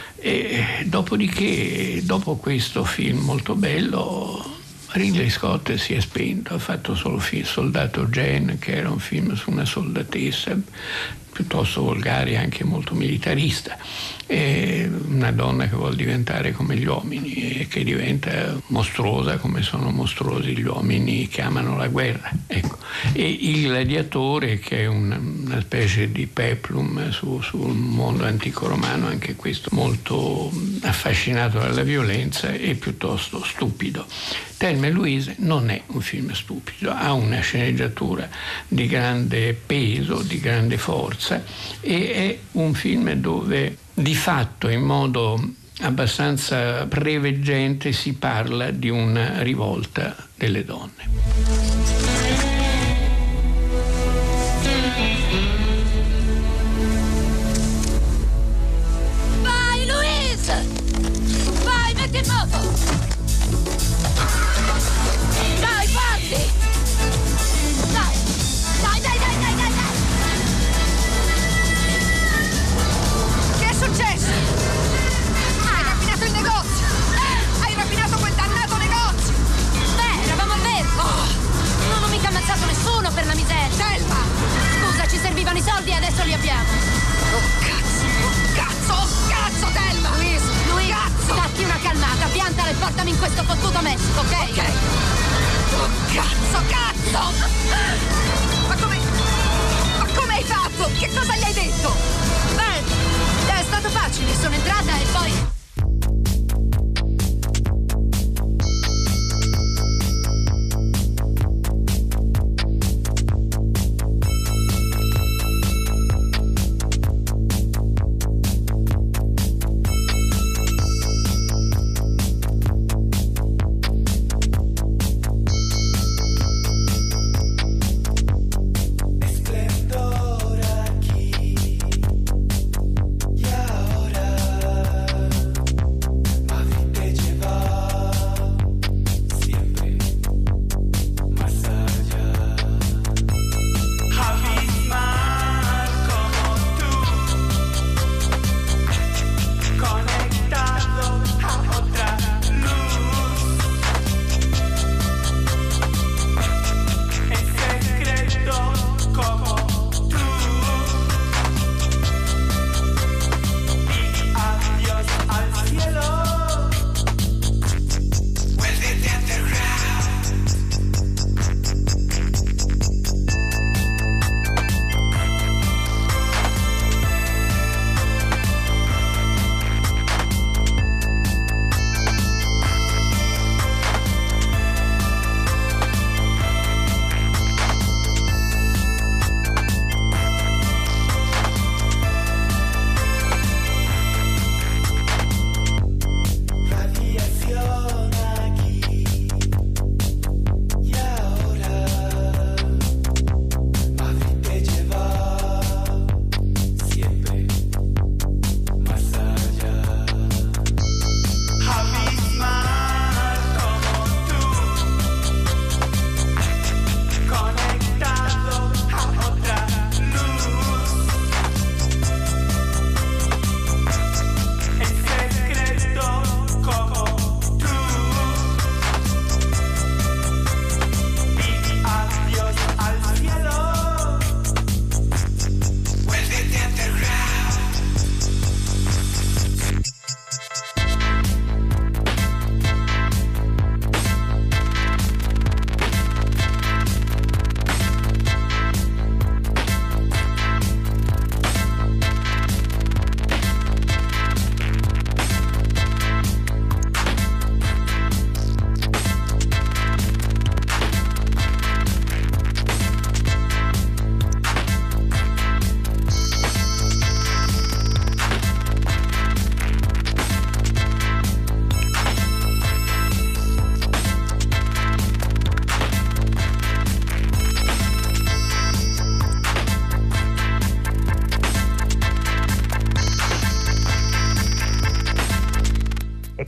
e dopodiché, dopo questo film molto bello, Ridley Scott si è spento, ha fatto solo Soldato Jane, che era un film su una soldatessa piuttosto volgare e anche molto militarista, e una donna che vuole diventare come gli uomini e che diventa mostruosa come sono mostruosi gli uomini che amano la guerra, ecco. E Il Gladiatore, che è una specie di peplum sul mondo antico romano, anche questo molto affascinato dalla violenza e piuttosto stupido. Thelma e Louise non è un film stupido, ha una sceneggiatura di grande peso, di grande forza, e è un film dove di fatto, in modo abbastanza preveggente, si parla di una rivolta delle donne. Vai Louise! Vai, metti in moto! Dai, parti! Dai! Che è successo? Hai rapinato il negozio! Hai rapinato quel dannato negozio! Beh, eravamo al vero! Non ho mica ammazzato nessuno, per la miseria! Thelma! Scusa, ci servivano i soldi e adesso li abbiamo! Oh cazzo, Thelma! Louise, cazzo! Datti una calmata, piantala e portami in questo fottuto Messico, ok? Ok! Oh, cazzo! Ma come hai fatto? Che cosa gli hai detto? Beh, è stato facile, sono entrata e poi... Esplendor aquí y ahora.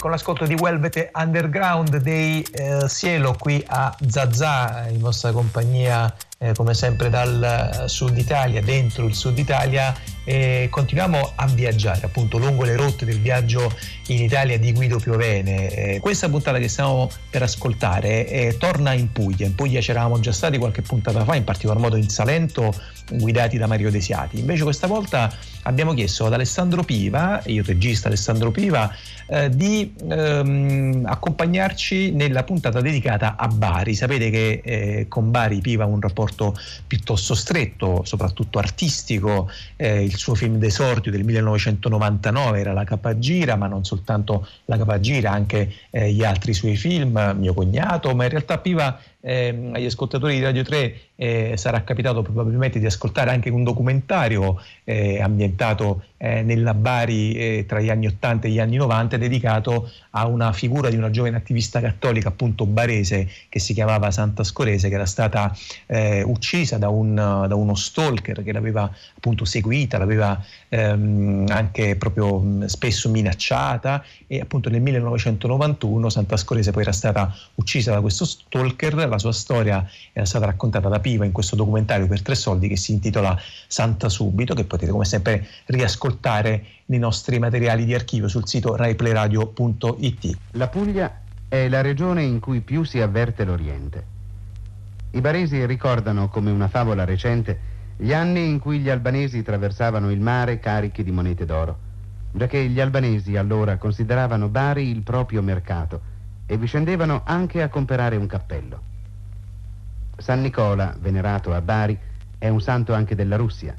con l'ascolto di Velvet Underground dei Cielo qui a Zazà, in vostra compagnia come sempre dal Sud Italia, dentro il Sud Italia, e continuiamo a viaggiare appunto lungo le rotte del viaggio in Italia di Guido Piovene. Questa puntata che stiamo per ascoltare torna in Puglia. In Puglia c'eravamo già stati qualche puntata fa, in particolar modo in Salento, guidati da Mario Desiati. Invece questa volta abbiamo chiesto ad Alessandro Piva, il regista Alessandro Piva, di accompagnarci nella puntata dedicata a Bari. Sapete che con Bari Piva ha un rapporto piuttosto stretto, soprattutto artistico. Il suo film d'esordio del 1999 era La Capagira, ma non soltanto La Capagira, anche gli altri suoi film, Mio cognato, ma in realtà Piva agli ascoltatori di Radio 3 sarà capitato probabilmente di ascoltare anche un documentario ambientato nella Bari tra gli anni 80 e gli anni 90, dedicato a una figura di una giovane attivista cattolica appunto barese che si chiamava Santa Scorese, che era stata uccisa da uno stalker che l'aveva appunto seguita, l'aveva anche proprio spesso minacciata, e appunto nel 1991 Santa Scorese poi era stata uccisa da questo stalker. La sua storia era stata raccontata da Piva in questo documentario per 3 soldi che si intitola Santa Subito, che potete come sempre riascoltare nei nostri materiali di archivio sul sito raiplayradio.it. La Puglia è la regione in cui più si avverte l'Oriente. I baresi ricordano come una favola recente gli anni in cui gli albanesi traversavano il mare carichi di monete d'oro, giacché gli albanesi allora consideravano Bari il proprio mercato e vi scendevano anche a comprare un cappello. San Nicola, venerato a Bari, è un santo anche della Russia.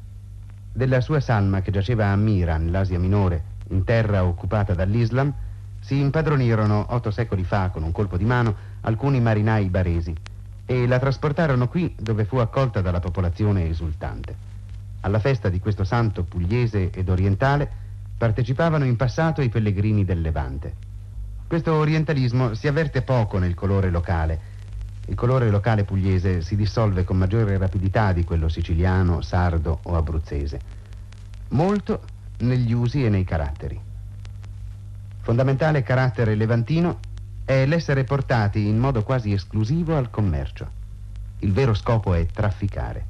Della sua salma, che giaceva a Mira, nell'Asia Minore, in terra occupata dall'Islam, si impadronirono 8 secoli fa, con un colpo di mano, alcuni marinai baresi e la trasportarono qui, dove fu accolta dalla popolazione esultante. Alla festa di questo santo pugliese ed orientale partecipavano in passato i pellegrini del Levante. Questo orientalismo si avverte poco nel colore locale. Il colore locale pugliese si dissolve con maggiore rapidità di quello siciliano, sardo o abruzzese. Molto negli usi e nei caratteri. Fondamentale carattere levantino è l'essere portati in modo quasi esclusivo al commercio. Il vero scopo è trafficare.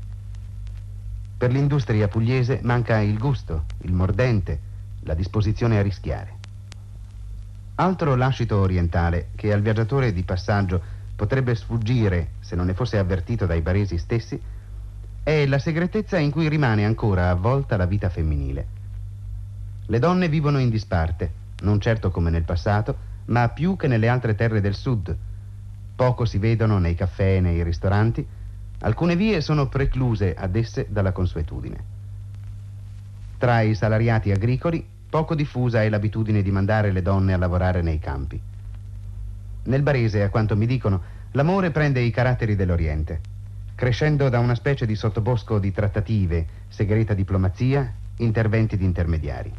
Per l'industria pugliese manca il gusto, il mordente, la disposizione a rischiare. Altro lascito orientale che al viaggiatore di passaggio potrebbe sfuggire se non ne fosse avvertito dai baresi stessi è la segretezza in cui rimane ancora avvolta la vita femminile. Le donne vivono in disparte, non certo come nel passato, ma più che nelle altre terre del sud. Poco si vedono nei caffè e nei ristoranti, alcune vie sono precluse ad esse dalla consuetudine. Tra i salariati agricoli, poco diffusa è l'abitudine di mandare le donne a lavorare nei campi. Nel barese, a quanto mi dicono, l'amore prende i caratteri dell'Oriente, crescendo da una specie di sottobosco di trattative, segreta diplomazia, interventi di intermediari.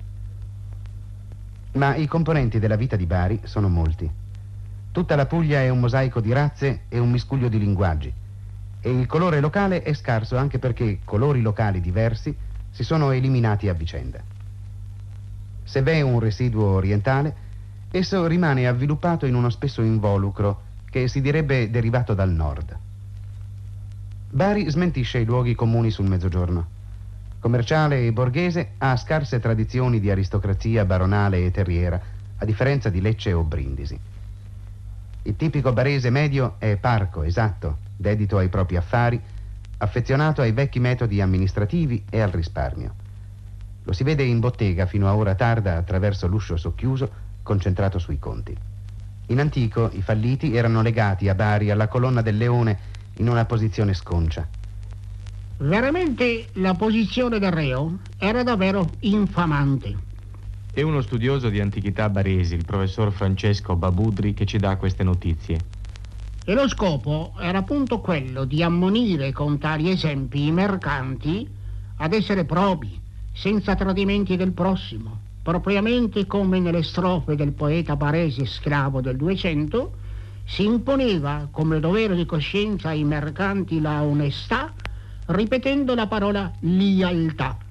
Ma i componenti della vita di Bari sono molti. Tutta la Puglia è un mosaico di razze e un miscuglio di linguaggi, e il colore locale è scarso anche perché colori locali diversi si sono eliminati a vicenda. Se v'è un residuo orientale, esso rimane avviluppato in uno spesso involucro che si direbbe derivato dal nord. Bari smentisce i luoghi comuni sul mezzogiorno. Commerciale e borghese, ha scarse tradizioni di aristocrazia baronale e terriera, a differenza di Lecce o Brindisi. Il tipico barese medio è parco, esatto, dedito ai propri affari, affezionato ai vecchi metodi amministrativi e al risparmio. Lo si vede in bottega fino a ora tarda attraverso l'uscio socchiuso, concentrato sui conti. In antico i falliti erano legati a Bari alla colonna del Leone in una posizione sconcia. Veramente la posizione del reo era davvero infamante. È uno studioso di antichità baresi, il professor Francesco Babudri, che ci dà queste notizie. E lo scopo era appunto quello di ammonire con tali esempi i mercanti ad essere probi, senza tradimenti del prossimo, propriamente come nelle strofe del poeta barese sclavo del 200, si imponeva come dovere di coscienza ai mercanti la onestà, ripetendo la parola lealtà.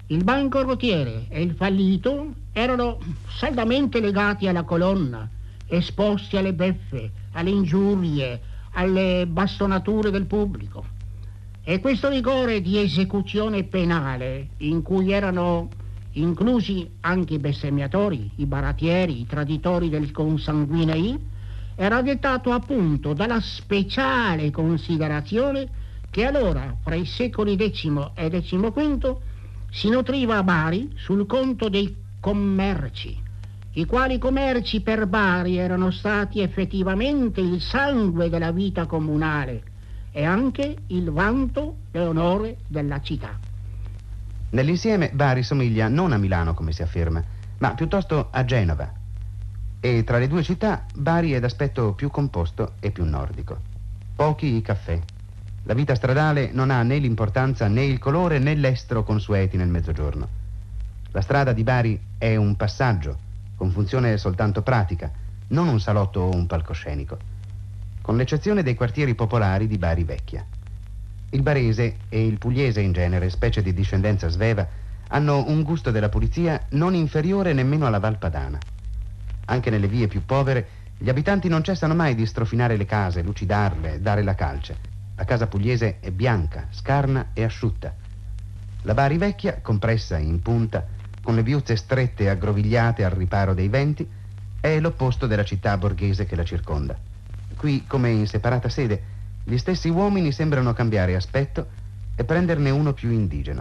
Il bancarotiere e il fallito erano saldamente legati alla colonna, esposti alle beffe, alle ingiurie, alle bastonature del pubblico. E questo rigore di esecuzione penale, in cui erano inclusi anche i bestemmiatori, i baratieri, i traditori del consanguinei, era dettato appunto dalla speciale considerazione che allora, fra i secoli X e XV, si nutriva a Bari sul conto dei commerci, i quali commerci per Bari erano stati effettivamente il sangue della vita comunale e anche il vanto e onore della città. Nell'insieme Bari somiglia non a Milano, come si afferma, ma piuttosto a Genova. E tra le due città Bari è d'aspetto più composto e più nordico. Pochi i caffè. La vita stradale non ha né l'importanza né il colore né l'estro consueti nel mezzogiorno. La strada di Bari è un passaggio, con funzione soltanto pratica, non un salotto o un palcoscenico, con l'eccezione dei quartieri popolari di Bari Vecchia. Il barese e il pugliese in genere, specie di discendenza sveva, hanno un gusto della pulizia non inferiore nemmeno alla Val Padana. Anche nelle vie più povere, gli abitanti non cessano mai di strofinare le case, lucidarle, dare la calce. La casa pugliese è bianca, scarna e asciutta. La Bari Vecchia, compressa in punta, con le viuzze strette e aggrovigliate al riparo dei venti, è l'opposto della città borghese che la circonda. Qui, come in separata sede, gli stessi uomini sembrano cambiare aspetto e prenderne uno più indigeno.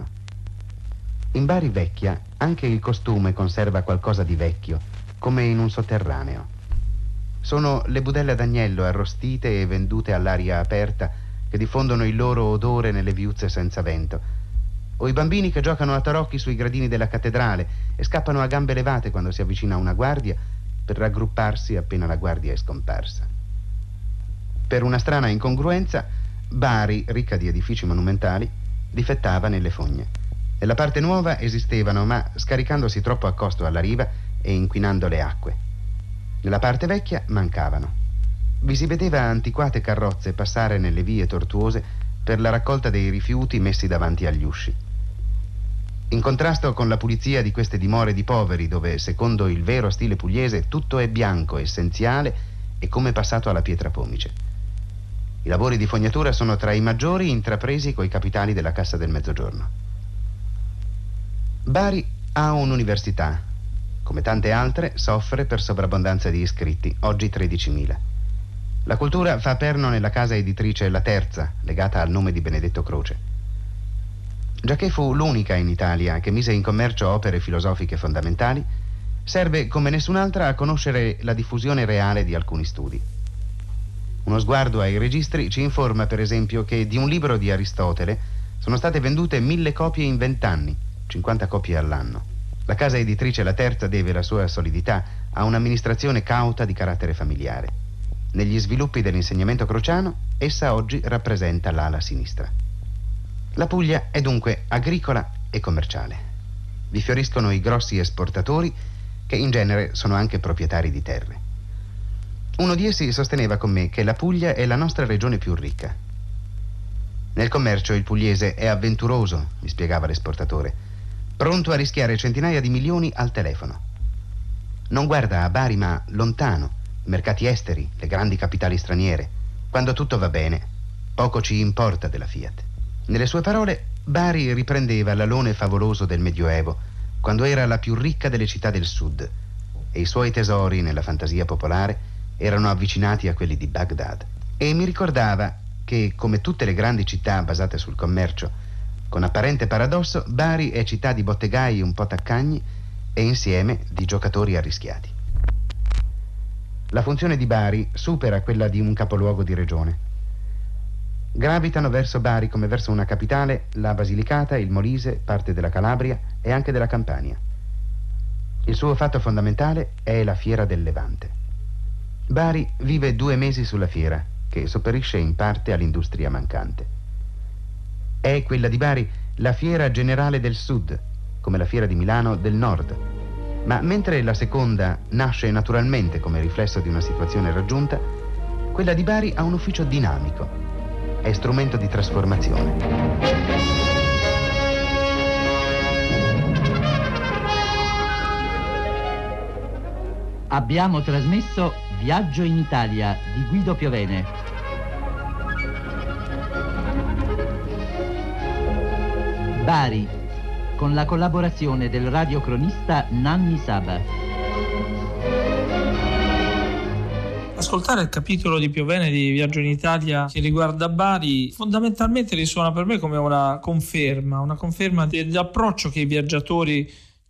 In Bari Vecchia anche il costume conserva qualcosa di vecchio, come in un sotterraneo. Sono le budelle ad agnello arrostite e vendute all'aria aperta che diffondono il loro odore nelle viuzze senza vento, o i bambini che giocano a tarocchi sui gradini della cattedrale e scappano a gambe levate quando si avvicina una guardia per raggrupparsi appena la guardia è scomparsa. Per una strana incongruenza, Bari, ricca di edifici monumentali, difettava nelle fogne. Nella parte nuova esistevano, ma scaricandosi troppo a costo alla riva e inquinando le acque. Nella parte vecchia mancavano. Vi si vedeva antiquate carrozze passare nelle vie tortuose per la raccolta dei rifiuti messi davanti agli usci. In contrasto con la pulizia di queste dimore di poveri, dove, secondo il vero stile pugliese, tutto è bianco, essenziale e come passato alla pietra pomice. I lavori di fognatura sono tra i maggiori intrapresi coi capitali della Cassa del Mezzogiorno. Bari ha un'università. Come tante altre, soffre per sovrabbondanza di iscritti, oggi 13.000. La cultura fa perno nella casa editrice La Terza, legata al nome di Benedetto Croce. Giacché fu l'unica in Italia che mise in commercio opere filosofiche fondamentali, serve come nessun'altra a conoscere la diffusione reale di alcuni studi. Uno sguardo ai registri ci informa, per esempio, che di un libro di Aristotele sono state vendute 1.000 copie in 20 anni, 50 copie all'anno. La casa editrice La Terza deve la sua solidità a un'amministrazione cauta di carattere familiare. Negli sviluppi dell'insegnamento crociano, essa oggi rappresenta l'ala sinistra. La Puglia è dunque agricola e commerciale. Vi fioriscono i grossi esportatori, che in genere sono anche proprietari di terre. Uno di essi sosteneva con me che la Puglia è la nostra regione più ricca. Nel commercio il pugliese è avventuroso, mi spiegava l'esportatore, pronto a rischiare centinaia di milioni al telefono. Non guarda a Bari ma lontano, i mercati esteri, le grandi capitali straniere. Quando tutto va bene, poco ci importa della Fiat. Nelle sue parole, Bari riprendeva l'alone favoloso del Medioevo, quando era la più ricca delle città del sud, e i suoi tesori nella fantasia popolare erano avvicinati a quelli di Baghdad. E mi ricordava che, come tutte le grandi città basate sul commercio, con apparente paradosso, Bari è città di bottegai un po' taccagni e insieme di giocatori arrischiati. La funzione di Bari supera quella di un capoluogo di regione. Gravitano verso Bari come verso una capitale la Basilicata, il Molise, parte della Calabria e anche della Campania. Il suo fatto fondamentale è la Fiera del Levante. Bari vive 2 mesi sulla fiera, che sopperisce in parte all'industria mancante. È quella di Bari la fiera generale del sud, come la fiera di Milano del nord. Ma mentre la seconda nasce naturalmente come riflesso di una situazione raggiunta, quella di Bari ha un ufficio dinamico, è strumento di trasformazione. Abbiamo trasmesso Viaggio in Italia di Guido Piovene. Bari, con la collaborazione del radiocronista Nanni Saba. Ascoltare il capitolo di Piovene di Viaggio in Italia che riguarda Bari fondamentalmente risuona per me come una conferma dell'approccio che i viaggiatori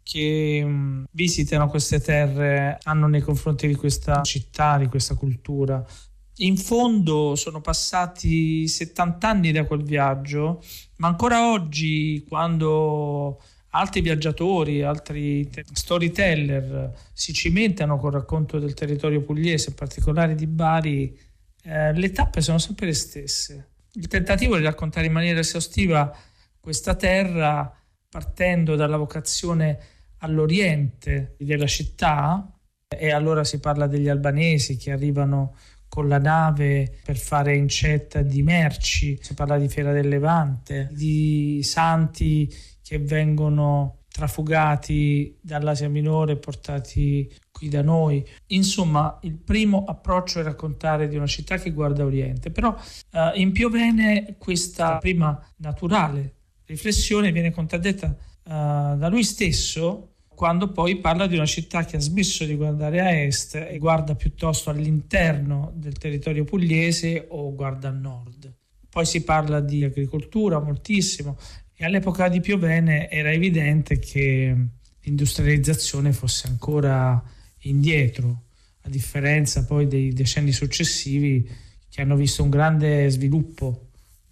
che visitano queste terre hanno nei confronti di questa città, di questa cultura. In fondo sono passati 70 anni da quel viaggio, ma ancora oggi, quando altri viaggiatori, altri storyteller si cimentano col racconto del territorio pugliese, in particolare di Bari, le tappe sono sempre le stesse. Il tentativo di raccontare in maniera esaustiva questa terra, partendo dalla vocazione all'oriente della città, e allora si parla degli albanesi che arrivano con la nave per fare incetta di merci, si parla di Fiera del Levante, di santi che vengono trafugati dall'Asia Minore e portati qui da noi. Insomma, il primo approccio è raccontare di una città che guarda a oriente, però in Piovene questa prima naturale riflessione viene contraddetta da lui stesso, quando poi parla di una città che ha smesso di guardare a est e guarda piuttosto all'interno del territorio pugliese o guarda a nord. Poi si parla di agricoltura moltissimo, e all'epoca di Piovene era evidente che l'industrializzazione fosse ancora indietro, a differenza poi dei decenni successivi che hanno visto un grande sviluppo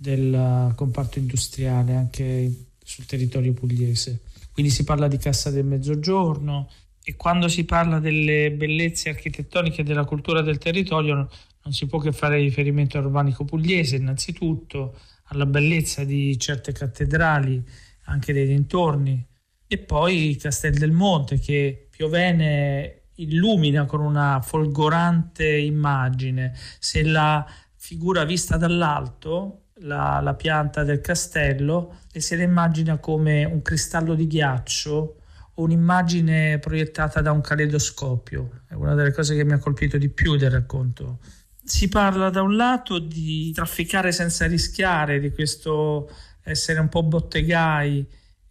del comparto industriale anche sul territorio pugliese. Quindi si parla di Cassa del Mezzogiorno, e quando si parla delle bellezze architettoniche e della cultura del territorio non si può che fare riferimento al romanico pugliese, innanzitutto alla bellezza di certe cattedrali anche dei dintorni, e poi Castel del Monte, che Piovene illumina con una folgorante immagine. Se la figura vista dall'alto, la pianta del castello, e se la immagina come un cristallo di ghiaccio o un'immagine proiettata da un caleidoscopio. È una delle cose che mi ha colpito di più del racconto. Si parla da un lato di trafficare senza rischiare, di questo essere un po' bottegai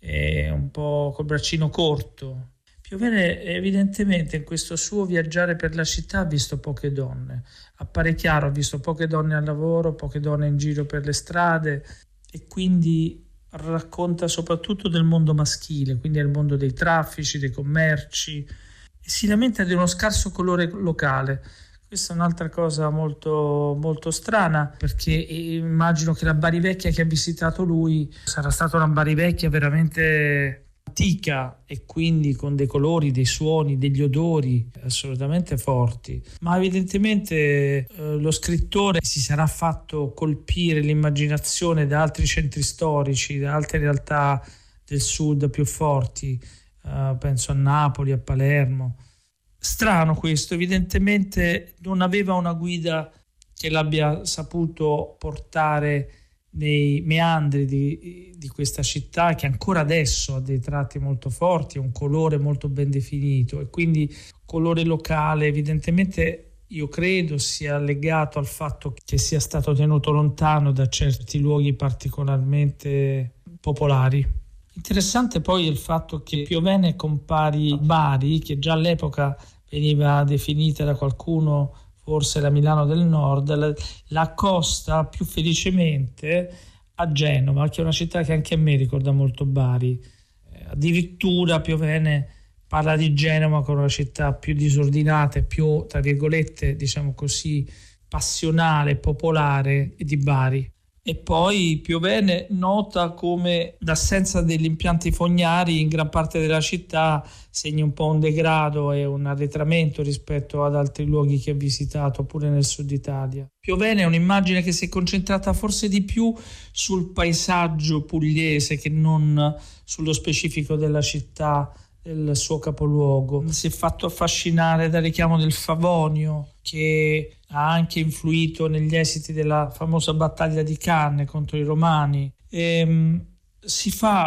e un po' col braccino corto. Piovene evidentemente in questo suo viaggiare per la città ha visto poche donne. Appare chiaro, ha visto poche donne al lavoro, poche donne in giro per le strade, e quindi racconta soprattutto del mondo maschile, quindi del mondo dei traffici, dei commerci, e si lamenta di uno scarso colore locale. Questa è un'altra cosa molto, molto strana, perché immagino che la Bari Vecchia che ha visitato lui sarà stata una Bari Vecchia veramente antica, e quindi con dei colori, dei suoni, degli odori assolutamente forti. Ma evidentemente lo scrittore si sarà fatto colpire l'immaginazione da altri centri storici, da altre realtà del sud più forti, penso a Napoli, a Palermo. Strano questo, evidentemente non aveva una guida che l'abbia saputo portare nei meandri di questa città, che ancora adesso ha dei tratti molto forti, un colore molto ben definito, e quindi colore locale evidentemente io credo sia legato al fatto che sia stato tenuto lontano da certi luoghi particolarmente popolari. Interessante poi il fatto che Piovene compari Bari, che già all'epoca veniva definita da qualcuno forse la Milano del Nord, la accosta più felicemente a Genova, che è una città che anche a me ricorda molto Bari. Addirittura Piovene parla di Genova come una città più disordinata e più, tra virgolette, diciamo così, passionale, popolare di Bari. E poi Piovene nota come l'assenza degli impianti fognari in gran parte della città segni un po' un degrado e un arretramento rispetto ad altri luoghi che ha visitato pure nel sud Italia. Piovene è un'immagine che si è concentrata forse di più sul paesaggio pugliese che non sullo specifico della città, del suo capoluogo. Si è fatto affascinare dal richiamo del Favonio, che ha anche influito negli esiti della famosa battaglia di Canne contro i Romani. Si fa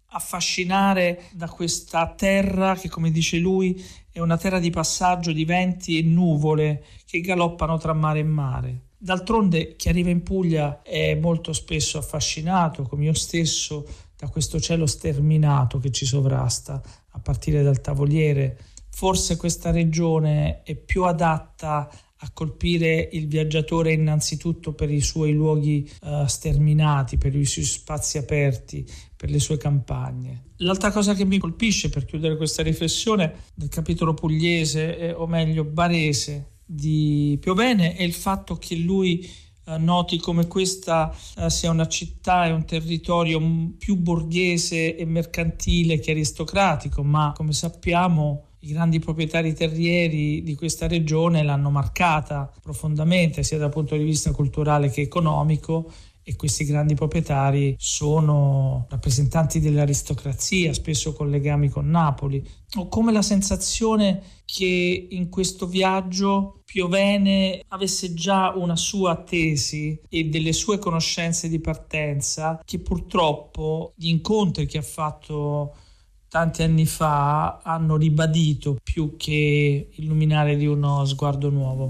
affascinare da questa terra che, come dice lui, è una terra di passaggio di venti e nuvole che galoppano tra mare e mare. D'altronde chi arriva in Puglia è molto spesso affascinato, come io stesso, da questo cielo sterminato che ci sovrasta, a partire dal Tavoliere. Forse questa regione è più adatta a colpire il viaggiatore innanzitutto per i suoi luoghi sterminati, per i suoi spazi aperti, per le sue campagne. L'altra cosa che mi colpisce, per chiudere questa riflessione, del capitolo pugliese, o meglio barese, di Piovene, è il fatto che lui noti come questa sia una città e un territorio più borghese e mercantile che aristocratico, ma come sappiamo i grandi proprietari terrieri di questa regione l'hanno marcata profondamente sia dal punto di vista culturale che economico, e questi grandi proprietari sono rappresentanti dell'aristocrazia, spesso con legami con Napoli. Ho come la sensazione che in questo viaggio Piovene avesse già una sua tesi e delle sue conoscenze di partenza, che purtroppo gli incontri che ha fatto tanti anni fa hanno ribadito più che illuminare di uno sguardo nuovo.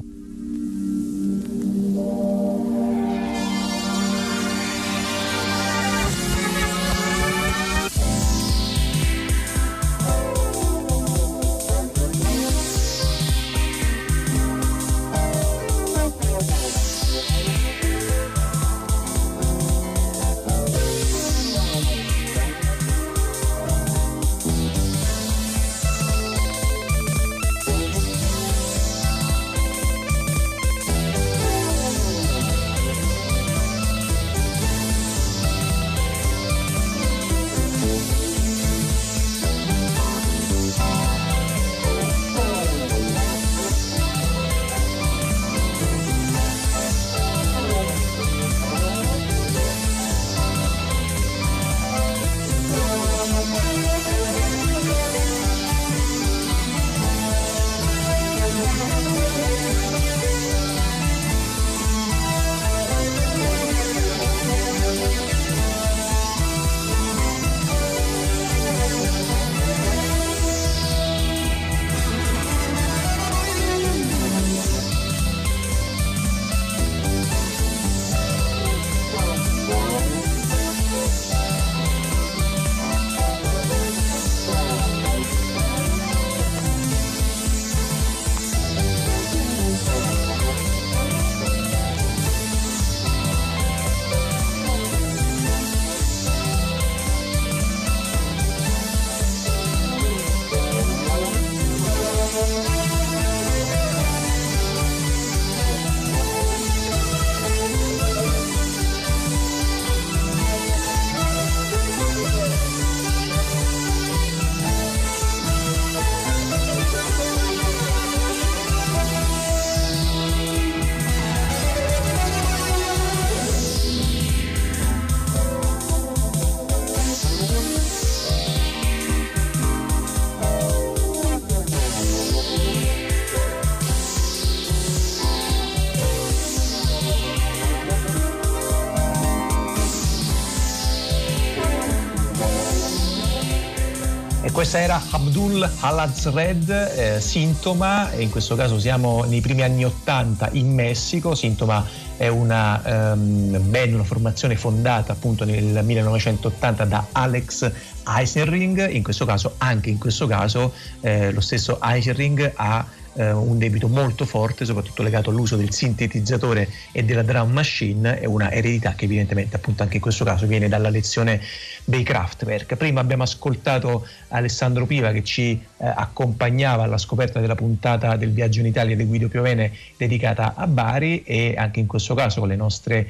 Questa era Abdul Al-Azred, Sintoma, e in questo caso siamo nei primi anni '80 in Messico. Sintoma è una band, una formazione fondata appunto nel 1980 da Alex Eisenring. Anche in questo caso lo stesso Eisenring ha un debito molto forte, soprattutto legato all'uso del sintetizzatore e della drum machine, è una eredità che evidentemente appunto anche in questo caso viene dalla lezione dei Kraftwerk. Prima abbiamo ascoltato Alessandro Piva che ci accompagnava alla scoperta della puntata del Viaggio in Italia di Guido Piovene dedicata a Bari, e anche in questo caso con le nostre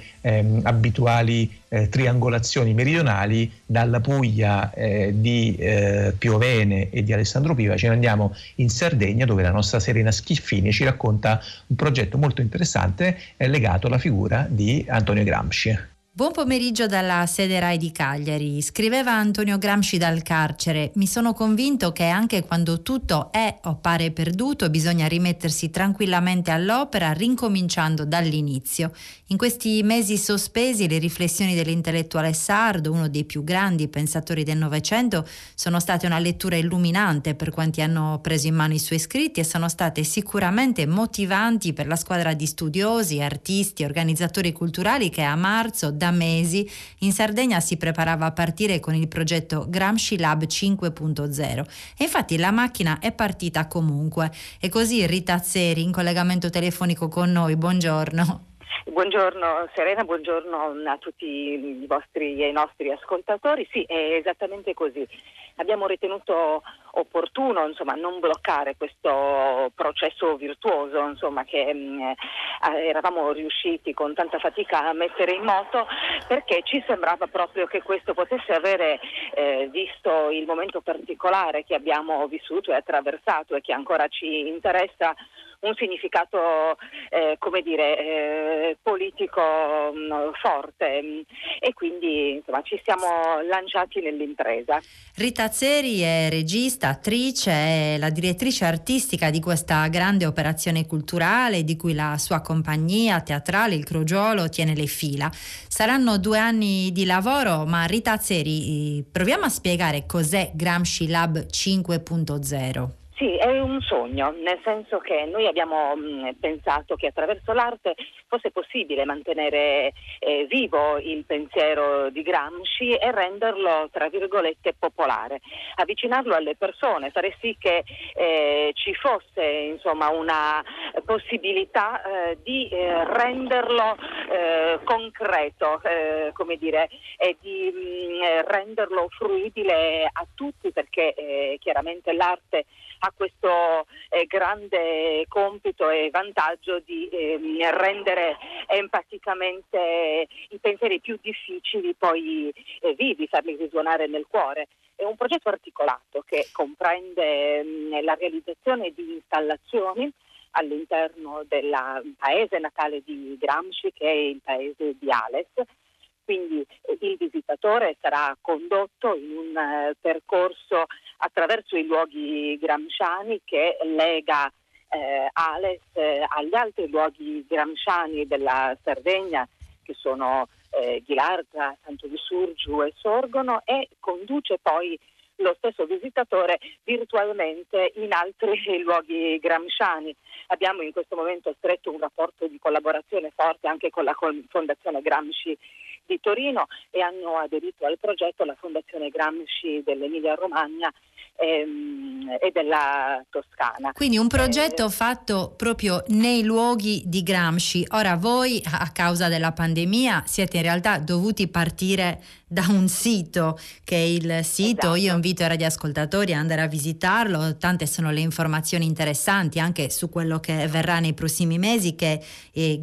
abituali triangolazioni meridionali dalla Puglia di Piovene e di Alessandro Piva ce ne andiamo in Sardegna, dove la nostra Serena Schiffini ci racconta un progetto molto interessante legato alla figura di Antonio Gramsci. Buon pomeriggio dalla sede Rai di Cagliari. Scriveva Antonio Gramsci dal carcere: mi sono convinto che anche quando tutto è o pare perduto bisogna rimettersi tranquillamente all'opera, rincominciando dall'inizio. In questi mesi sospesi le riflessioni dell'intellettuale sardo, uno dei più grandi pensatori del Novecento, sono state una lettura illuminante per quanti hanno preso in mano i suoi scritti e sono state sicuramente motivanti per la squadra di studiosi, artisti, organizzatori culturali che a marzo da mesi in Sardegna si preparava a partire con il progetto Gramsci Lab 5.0 e infatti la macchina è partita comunque. E così Rita Zeri in collegamento telefonico con noi, buongiorno. Buongiorno Serena, buongiorno a tutti i vostri e i nostri ascoltatori. Sì, è esattamente così. Abbiamo ritenuto opportuno, non bloccare questo processo virtuoso, che eravamo riusciti con tanta fatica a mettere in moto, perché ci sembrava proprio che questo potesse avere, visto il momento particolare che abbiamo vissuto e attraversato e che ancora ci interessa, un significato politico forte, e quindi ci siamo lanciati nell'impresa. Rita Zeri è regista, attrice, è la direttrice artistica di questa grande operazione culturale di cui la sua compagnia teatrale, il Crogiolo, tiene le fila. Saranno 2 anni di lavoro, ma Rita Zeri, proviamo a spiegare cos'è Gramsci Lab 5.0. Sì, è un sogno, nel senso che noi abbiamo pensato che attraverso l'arte fosse possibile mantenere vivo il pensiero di Gramsci e renderlo, tra virgolette, popolare, avvicinarlo alle persone, fare sì che ci fosse una possibilità di renderlo concreto, e di renderlo fruibile a tutti, perché chiaramente l'arte ha questo grande compito e vantaggio di rendere empaticamente i pensieri più difficili poi vivi, farli risuonare nel cuore. È un progetto articolato che comprende la realizzazione di installazioni all'interno del paese natale di Gramsci, che è il paese di Ales. Quindi il visitatore sarà condotto in un percorso attraverso i luoghi gramsciani che lega Ales agli altri luoghi gramsciani della Sardegna, che sono Ghilarza, Santo di Surgiu e Sorgono, e conduce poi lo stesso visitatore virtualmente in altri luoghi gramsciani. Abbiamo in questo momento stretto un rapporto di collaborazione forte anche con la Fondazione Gramsci di Torino, e hanno aderito al progetto la Fondazione Gramsci dell'Emilia Romagna e della Toscana. Quindi un progetto fatto proprio nei luoghi di Gramsci. Ora voi, a causa della pandemia, siete in realtà dovuti partire da un sito, che è il sito, io invito i radioascoltatori a andare a visitarlo, tante sono le informazioni interessanti anche su quello che verrà nei prossimi mesi, che è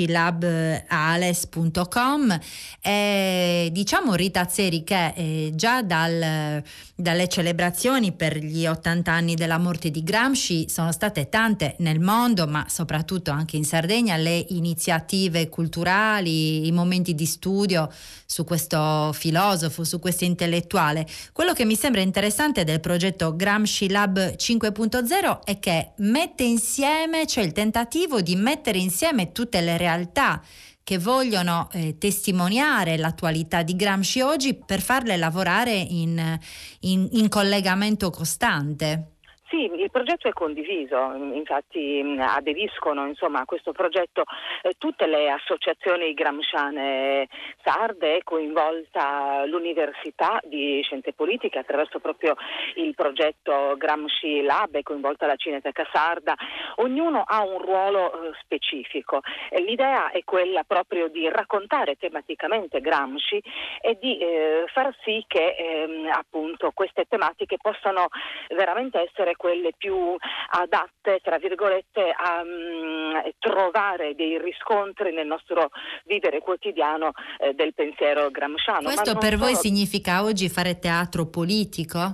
gramscilabales.com. Diciamo, Rita Zeri, che già dalle celebrazioni per gli 80 anni della morte di Gramsci sono state tante nel mondo, ma soprattutto anche in Sardegna, le iniziative culturali, i momenti di studio su questo filosofo, su questo intellettuale. Quello che mi sembra interessante del progetto Gramsci Lab 5.0 è che mette insieme, c'è il tentativo di mettere insieme tutte le realtà che vogliono testimoniare l'attualità di Gramsci oggi, per farle lavorare in collegamento costante. Sì, il progetto è condiviso, infatti aderiscono a questo progetto tutte le associazioni gramsciane sarde, è coinvolta l'Università di Scienze Politiche attraverso proprio il progetto Gramsci Lab, è coinvolta la Cineteca Sarda, ognuno ha un ruolo specifico. L'idea è quella proprio di raccontare tematicamente Gramsci e di far sì che appunto queste tematiche possano veramente essere quelle più adatte, tra virgolette, a trovare dei riscontri nel nostro vivere quotidiano del pensiero gramsciano. Questo per voi significa oggi fare teatro politico?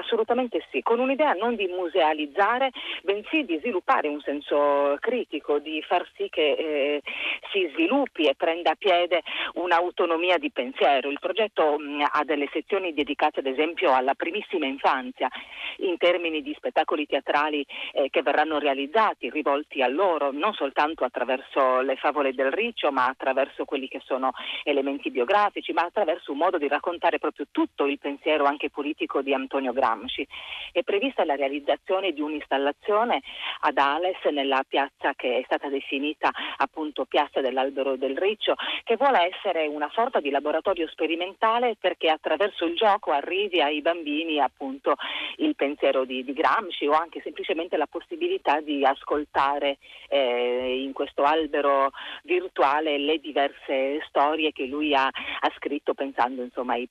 Assolutamente sì, con un'idea non di musealizzare, bensì di sviluppare un senso critico, di far sì che si sviluppi e prenda piede un'autonomia di pensiero. Il progetto ha delle sezioni dedicate ad esempio alla primissima infanzia, in termini di spettacoli teatrali che verranno realizzati, rivolti a loro, non soltanto attraverso le favole del Riccio, ma attraverso quelli che sono elementi biografici, ma attraverso un modo di raccontare proprio tutto il pensiero anche politico di Antonio Gramsci. È prevista la realizzazione di un'installazione ad Ales nella piazza che è stata definita appunto Piazza dell'Albero del Riccio, che vuole essere una sorta di laboratorio sperimentale perché attraverso il gioco arrivi ai bambini appunto il pensiero di Gramsci, o anche semplicemente la possibilità di ascoltare in questo albero virtuale le diverse storie che lui ha scritto pensando insomma ai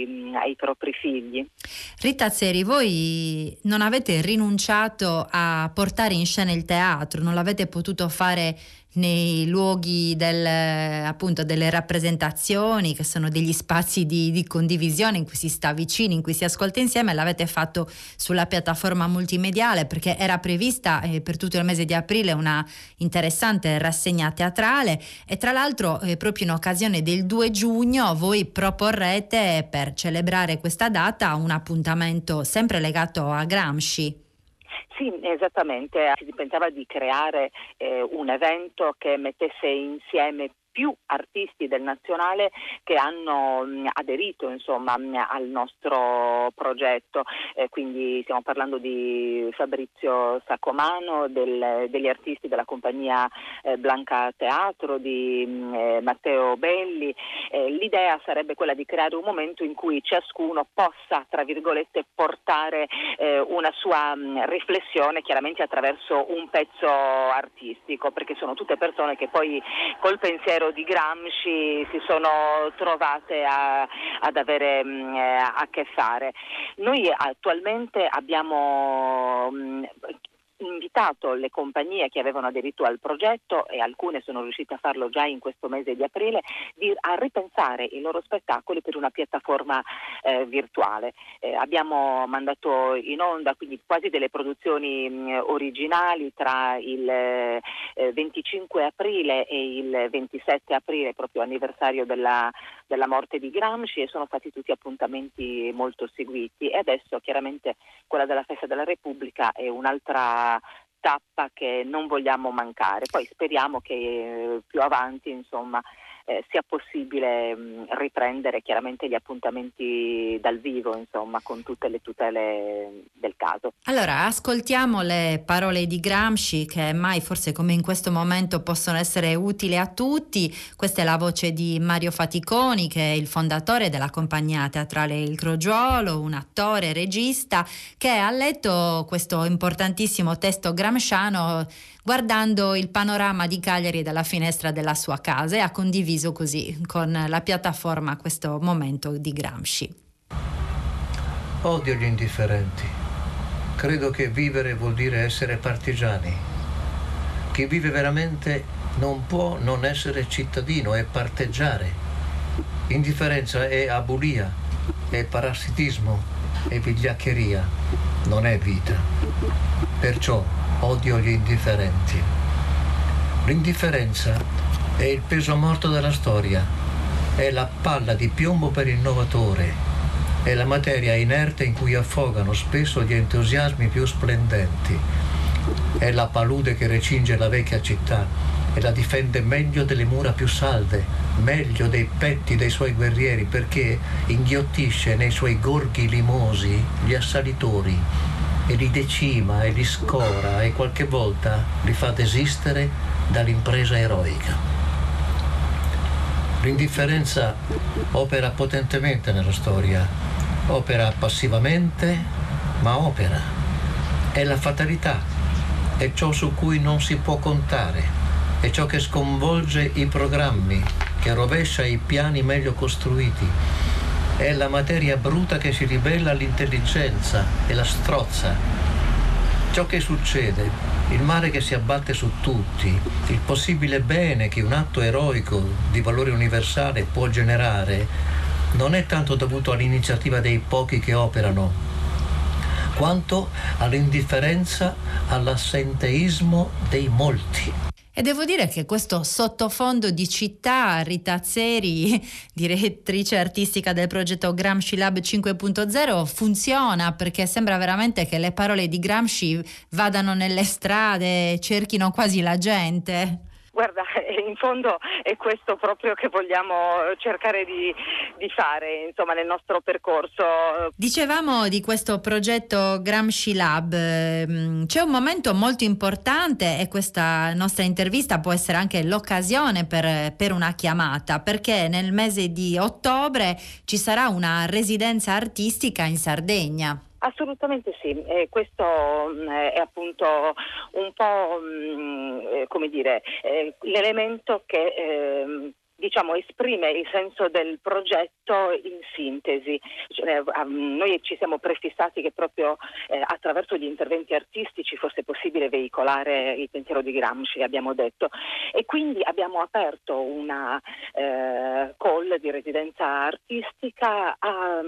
propri figli. Rita Zeri, voi non avete rinunciato a portare in scena il teatro, non l'avete potuto fare nei luoghi appunto delle rappresentazioni, che sono degli spazi di condivisione in cui si sta vicini, in cui si ascolta insieme. L'avete fatto sulla piattaforma multimediale perché era prevista per tutto il mese di aprile una interessante rassegna teatrale, e tra l'altro proprio in occasione del 2 giugno voi proporrete, per celebrare questa data, un appuntamento sempre legato a Gramsci. Sì, esattamente, si pensava di creare un evento che mettesse insieme più artisti del nazionale che hanno aderito insomma al nostro progetto, quindi stiamo parlando di Fabrizio Sacomano, degli artisti della compagnia Blanca Teatro, di Matteo Belli. L'idea sarebbe quella di creare un momento in cui ciascuno possa, tra virgolette, portare una sua riflessione, chiaramente attraverso un pezzo artistico, perché sono tutte persone che poi col pensiero di Gramsci si sono trovate ad avere a che fare. Noi attualmente abbiamo invitato le compagnie che avevano aderito al progetto, e alcune sono riuscite a farlo già in questo mese di aprile, a ripensare i loro spettacoli per una piattaforma virtuale. Abbiamo mandato in onda quindi quasi delle produzioni originali tra il 25 aprile e il 27 aprile, proprio anniversario della morte di Gramsci, e sono stati tutti appuntamenti molto seguiti. E adesso chiaramente quella della Festa della Repubblica è un'altra tappa che non vogliamo mancare. Poi speriamo che più avanti insomma sia possibile riprendere chiaramente gli appuntamenti dal vivo, insomma, con tutte le tutele del caso. Allora, ascoltiamo le parole di Gramsci, che mai forse come in questo momento possono essere utili a tutti. Questa è la voce di Mario Faticoni, che è il fondatore della compagnia teatrale Il Crogiuolo, un attore, regista, che ha letto questo importantissimo testo gramsciano guardando il panorama di Cagliari dalla finestra della sua casa, e ha condiviso così con la piattaforma questo momento di Gramsci. Odio gli indifferenti. Credo che vivere vuol dire essere partigiani. Chi vive veramente non può non essere cittadino, è parteggiare. Indifferenza è abulia, è parassitismo, è vigliaccheria, non è vita. Perciò odio gli indifferenti. L'indifferenza è il peso morto della storia, è la palla di piombo per l'innovatore, è la materia inerte in cui affogano spesso gli entusiasmi più splendenti, è la palude che recinge la vecchia città e la difende meglio delle mura più salde, meglio dei petti dei suoi guerrieri, perché inghiottisce nei suoi gorghi limosi gli assalitori e li decima e li scora e qualche volta li fa desistere dall'impresa eroica. L'indifferenza opera potentemente nella storia, opera passivamente, ma opera. È la fatalità, è ciò su cui non si può contare, è ciò che sconvolge i programmi, che rovescia i piani meglio costruiti. È la materia bruta che si ribella all'intelligenza e la strozza. Ciò che succede, il male che si abbatte su tutti, il possibile bene che un atto eroico di valore universale può generare, non è tanto dovuto all'iniziativa dei pochi che operano, quanto all'indifferenza, all'assenteismo dei molti. E devo dire che questo sottofondo di città, Rita Zeri, direttrice artistica del progetto Gramsci Lab 5.0, funziona, perché sembra veramente che le parole di Gramsci vadano nelle strade, cerchino quasi la gente. Guarda, in fondo è questo proprio che vogliamo cercare di fare, insomma, nel nostro percorso. Dicevamo di questo progetto Gramsci Lab, c'è un momento molto importante e questa nostra intervista può essere anche l'occasione per una chiamata, perché nel mese di ottobre ci sarà una residenza artistica in Sardegna. Assolutamente sì, questo è appunto un po' come dire l'elemento che diciamo esprime il senso del progetto in sintesi. Noi ci siamo prefissati che proprio attraverso gli interventi artistici fosse possibile veicolare il pensiero di Gramsci, abbiamo detto, e quindi abbiamo aperto una call di residenza artistica a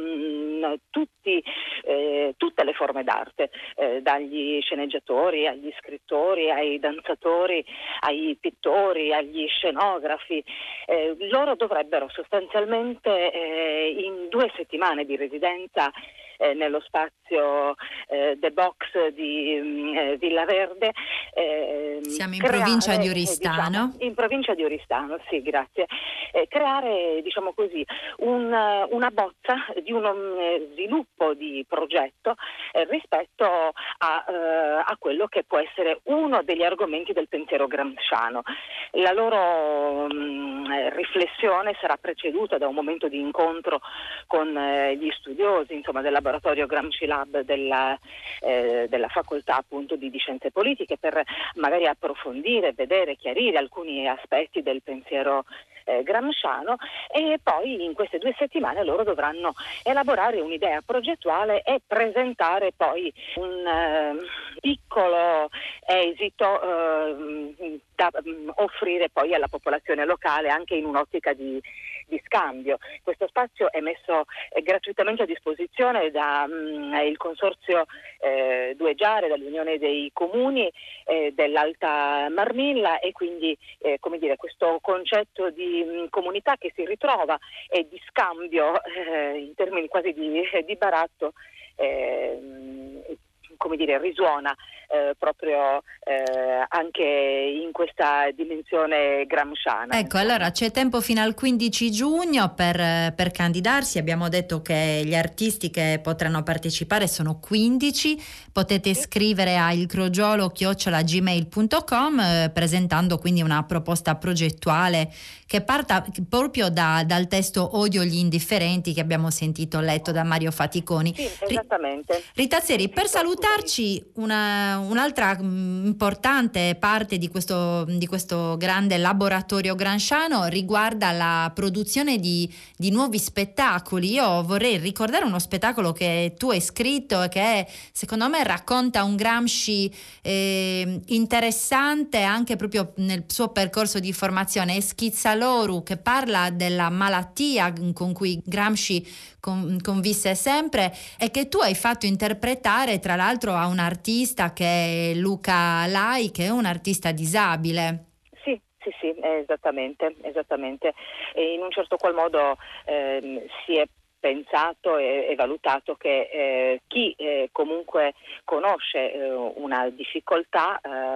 tutte le forme d'arte, dagli sceneggiatori agli scrittori, ai danzatori, ai pittori, agli scenografi. Loro dovrebbero sostanzialmente in 2 settimane di residenza nello spazio The Box di Villa Verde. Siamo in provincia di Oristano. In provincia di Oristano, sì, grazie. Creare, diciamo così, una bozza di uno sviluppo di progetto rispetto a quello che può essere uno degli argomenti del pensiero gramsciano. La loro riflessione sarà preceduta da un momento di incontro con gli studiosi, insomma, del laboratorio Gramsci Lab della facoltà appunto di scienze politiche, per magari approfondire, vedere, chiarire alcuni aspetti del pensiero gramsciano, e poi in queste 2 settimane loro dovranno elaborare un'idea progettuale e presentare poi un piccolo esito da offrire poi alla popolazione locale, anche in un'ottica di scambio. Questo spazio è messo gratuitamente a disposizione da il consorzio Due Giare, dall'Unione dei Comuni dell'Alta Marmilla, e quindi come dire, questo concetto di comunità che si ritrova e di scambio in termini quasi di baratto come dire, risuona proprio anche in questa dimensione gramsciana. Ecco, allora c'è tempo fino al 15 giugno per candidarsi. Abbiamo detto che gli artisti che potranno partecipare sono 15. Potete scrivere a ilcrogiolo@gmail.com presentando quindi una proposta progettuale che parta proprio dal testo Odio gli indifferenti che abbiamo sentito letto da Mario Faticoni. Sì, esattamente. Rita Zeri, per salutarci, un'altra importante parte di questo grande laboratorio gramsciano riguarda la produzione di nuovi spettacoli. Io vorrei ricordare uno spettacolo che tu hai scritto e che secondo me racconta un Gramsci interessante anche proprio nel suo percorso di formazione, è Schizzaloru, che parla della malattia con cui Gramsci convisse sempre e che tu hai fatto interpretare tra l'altro a un artista che è Luca Lai, che è un artista disabile. Sì, esattamente. E in un certo qual modo si è pensato e valutato che chi comunque conosce una difficoltà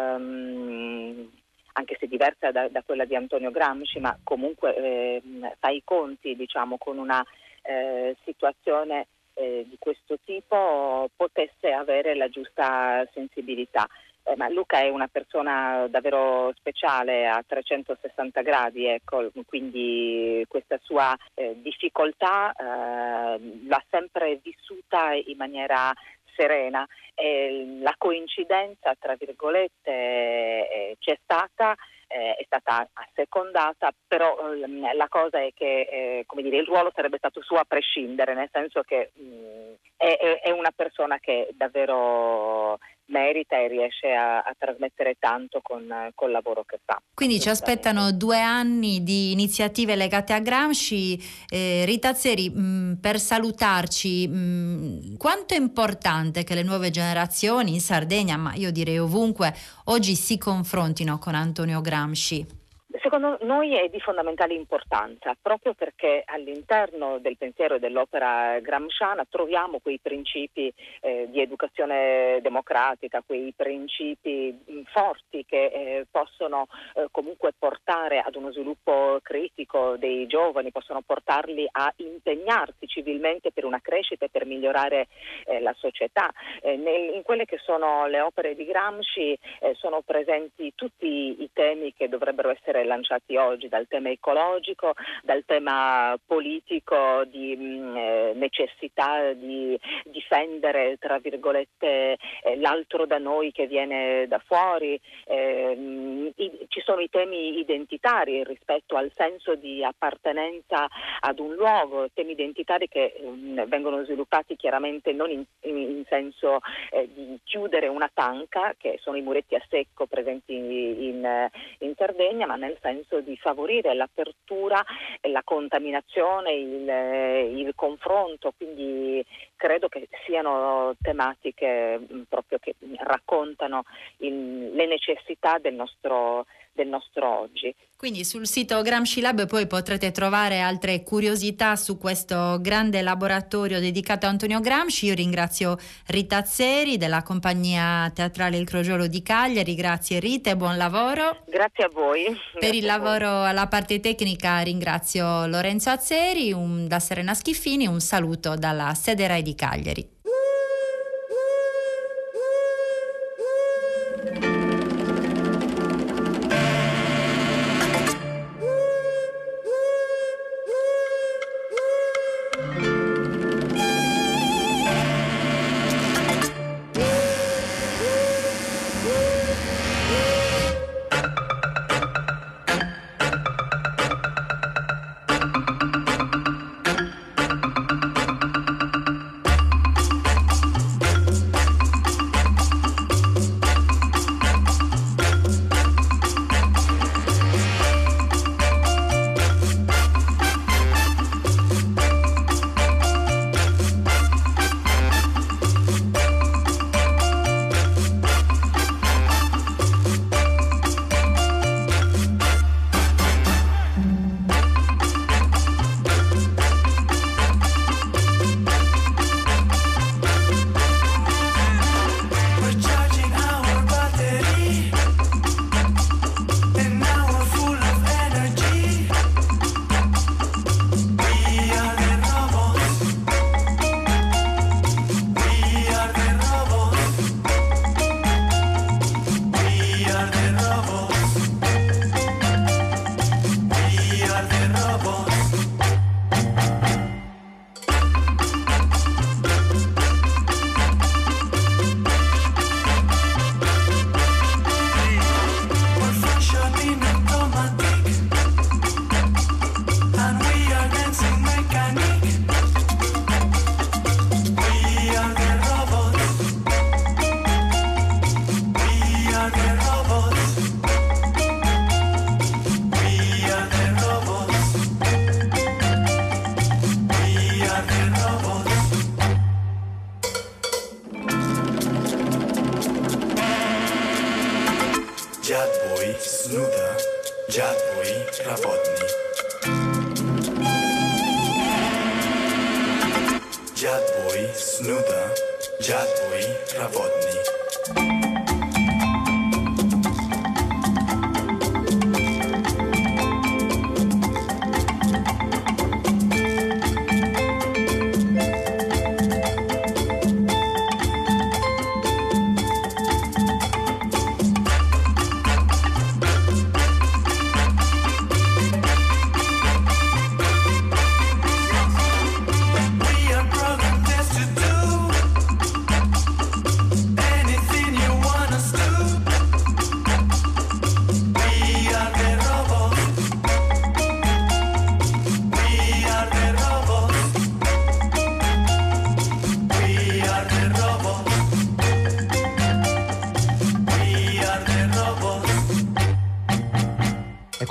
anche se diversa da quella di Antonio Gramsci, ma comunque fa i conti, diciamo, con una situazione di questo tipo, potesse avere la giusta sensibilità. Ma Luca è una persona davvero speciale a 360 gradi, ecco, quindi questa sua difficoltà l'ha sempre vissuta in maniera serena. La coincidenza, tra virgolette, c'è stata, è stata assecondata, però la cosa è che come dire, il ruolo sarebbe stato suo a prescindere, nel senso che è una persona che davvero merita e riesce a trasmettere tanto con il lavoro che fa. Quindi ci aspettano 2 anni di iniziative legate a Gramsci. Rita Zeri, per salutarci, quanto è importante che le nuove generazioni in Sardegna, ma io direi ovunque, oggi si confrontino con Antonio Gramsci? Secondo noi è di fondamentale importanza, proprio perché all'interno del pensiero e dell'opera gramsciana troviamo quei principi di educazione democratica, quei principi forti che possono comunque portare ad uno sviluppo critico dei giovani, possono portarli a impegnarsi civilmente per una crescita e per migliorare la società. In quelle che sono le opere di Gramsci sono presenti tutti i temi che dovrebbero essere lanciati oggi, dal tema ecologico, dal tema politico di necessità di difendere, tra virgolette, l'altro da noi che viene da fuori. Ci sono i temi identitari rispetto al senso di appartenenza ad un luogo, temi identitari che vengono sviluppati chiaramente non in senso di chiudere una tanca, che sono i muretti a secco presenti in Sardegna, ma nel senso di favorire l'apertura, la contaminazione, il confronto. Quindi credo che siano tematiche proprio che raccontano le necessità del nostro oggi. Quindi sul sito Gramsci Lab poi potrete trovare altre curiosità su questo grande laboratorio dedicato a Antonio Gramsci. Io ringrazio Rita Zeri della compagnia teatrale Il Crogiolo di Cagliari. Grazie Rita e buon lavoro. Grazie a voi. Per il lavoro alla parte tecnica ringrazio Lorenzo Azzeri. Da Serena Schiffini un saluto dalla sede Rai di Cagliari. Anything you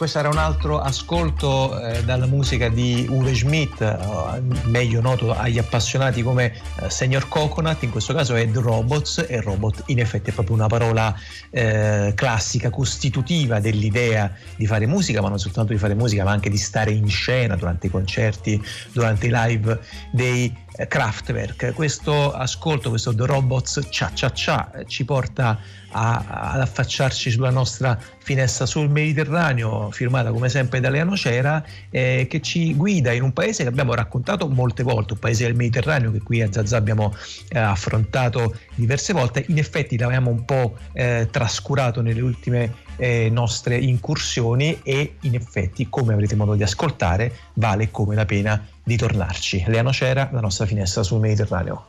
questo era un altro ascolto dalla musica di Uwe Schmidt, meglio noto agli appassionati come Senior Coconut, in questo caso è The Robots, e robot in effetti è proprio una parola classica, costitutiva dell'idea di fare musica, ma non soltanto di fare musica, ma anche di stare in scena durante i concerti, durante i live dei Kraftwerk. Questo ascolto, questo The Robots Cha Cha Cha, ci porta ad affacciarci sulla nostra finestra sul Mediterraneo, firmata come sempre da Lea Nocera, che ci guida in un paese che abbiamo raccontato molte volte, un paese del Mediterraneo che qui a Zazà abbiamo affrontato diverse volte. In effetti l'avevamo un po' trascurato nelle ultime nostre incursioni, e in effetti, come avrete modo di ascoltare, vale come la pena di tornarci. Lea Nocera, la nostra finestra sul Mediterraneo.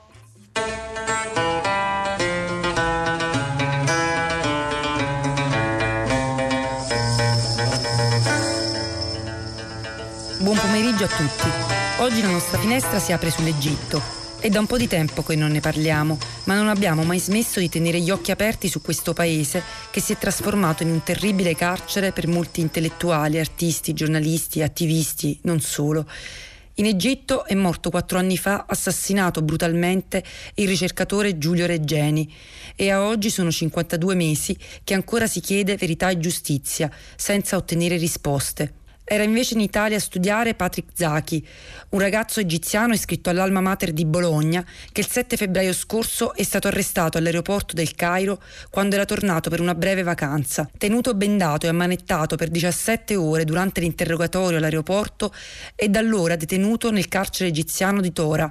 Buon pomeriggio a tutti. Oggi la nostra finestra si apre sull'Egitto. È da un po' di tempo che non ne parliamo, ma non abbiamo mai smesso di tenere gli occhi aperti su questo paese che si è trasformato in un terribile carcere per molti intellettuali, artisti, giornalisti, attivisti, non solo. In Egitto è morto 4 anni fa, assassinato brutalmente, il ricercatore Giulio Regeni, e a oggi sono 52 mesi che ancora si chiede verità e giustizia, senza ottenere risposte. Era invece in Italia a studiare Patrick Zaki, un ragazzo egiziano iscritto all'Alma Mater di Bologna, che il 7 febbraio scorso è stato arrestato all'aeroporto del Cairo quando era tornato per una breve vacanza. Tenuto bendato e ammanettato per 17 ore durante l'interrogatorio all'aeroporto, e da allora detenuto nel carcere egiziano di Tora.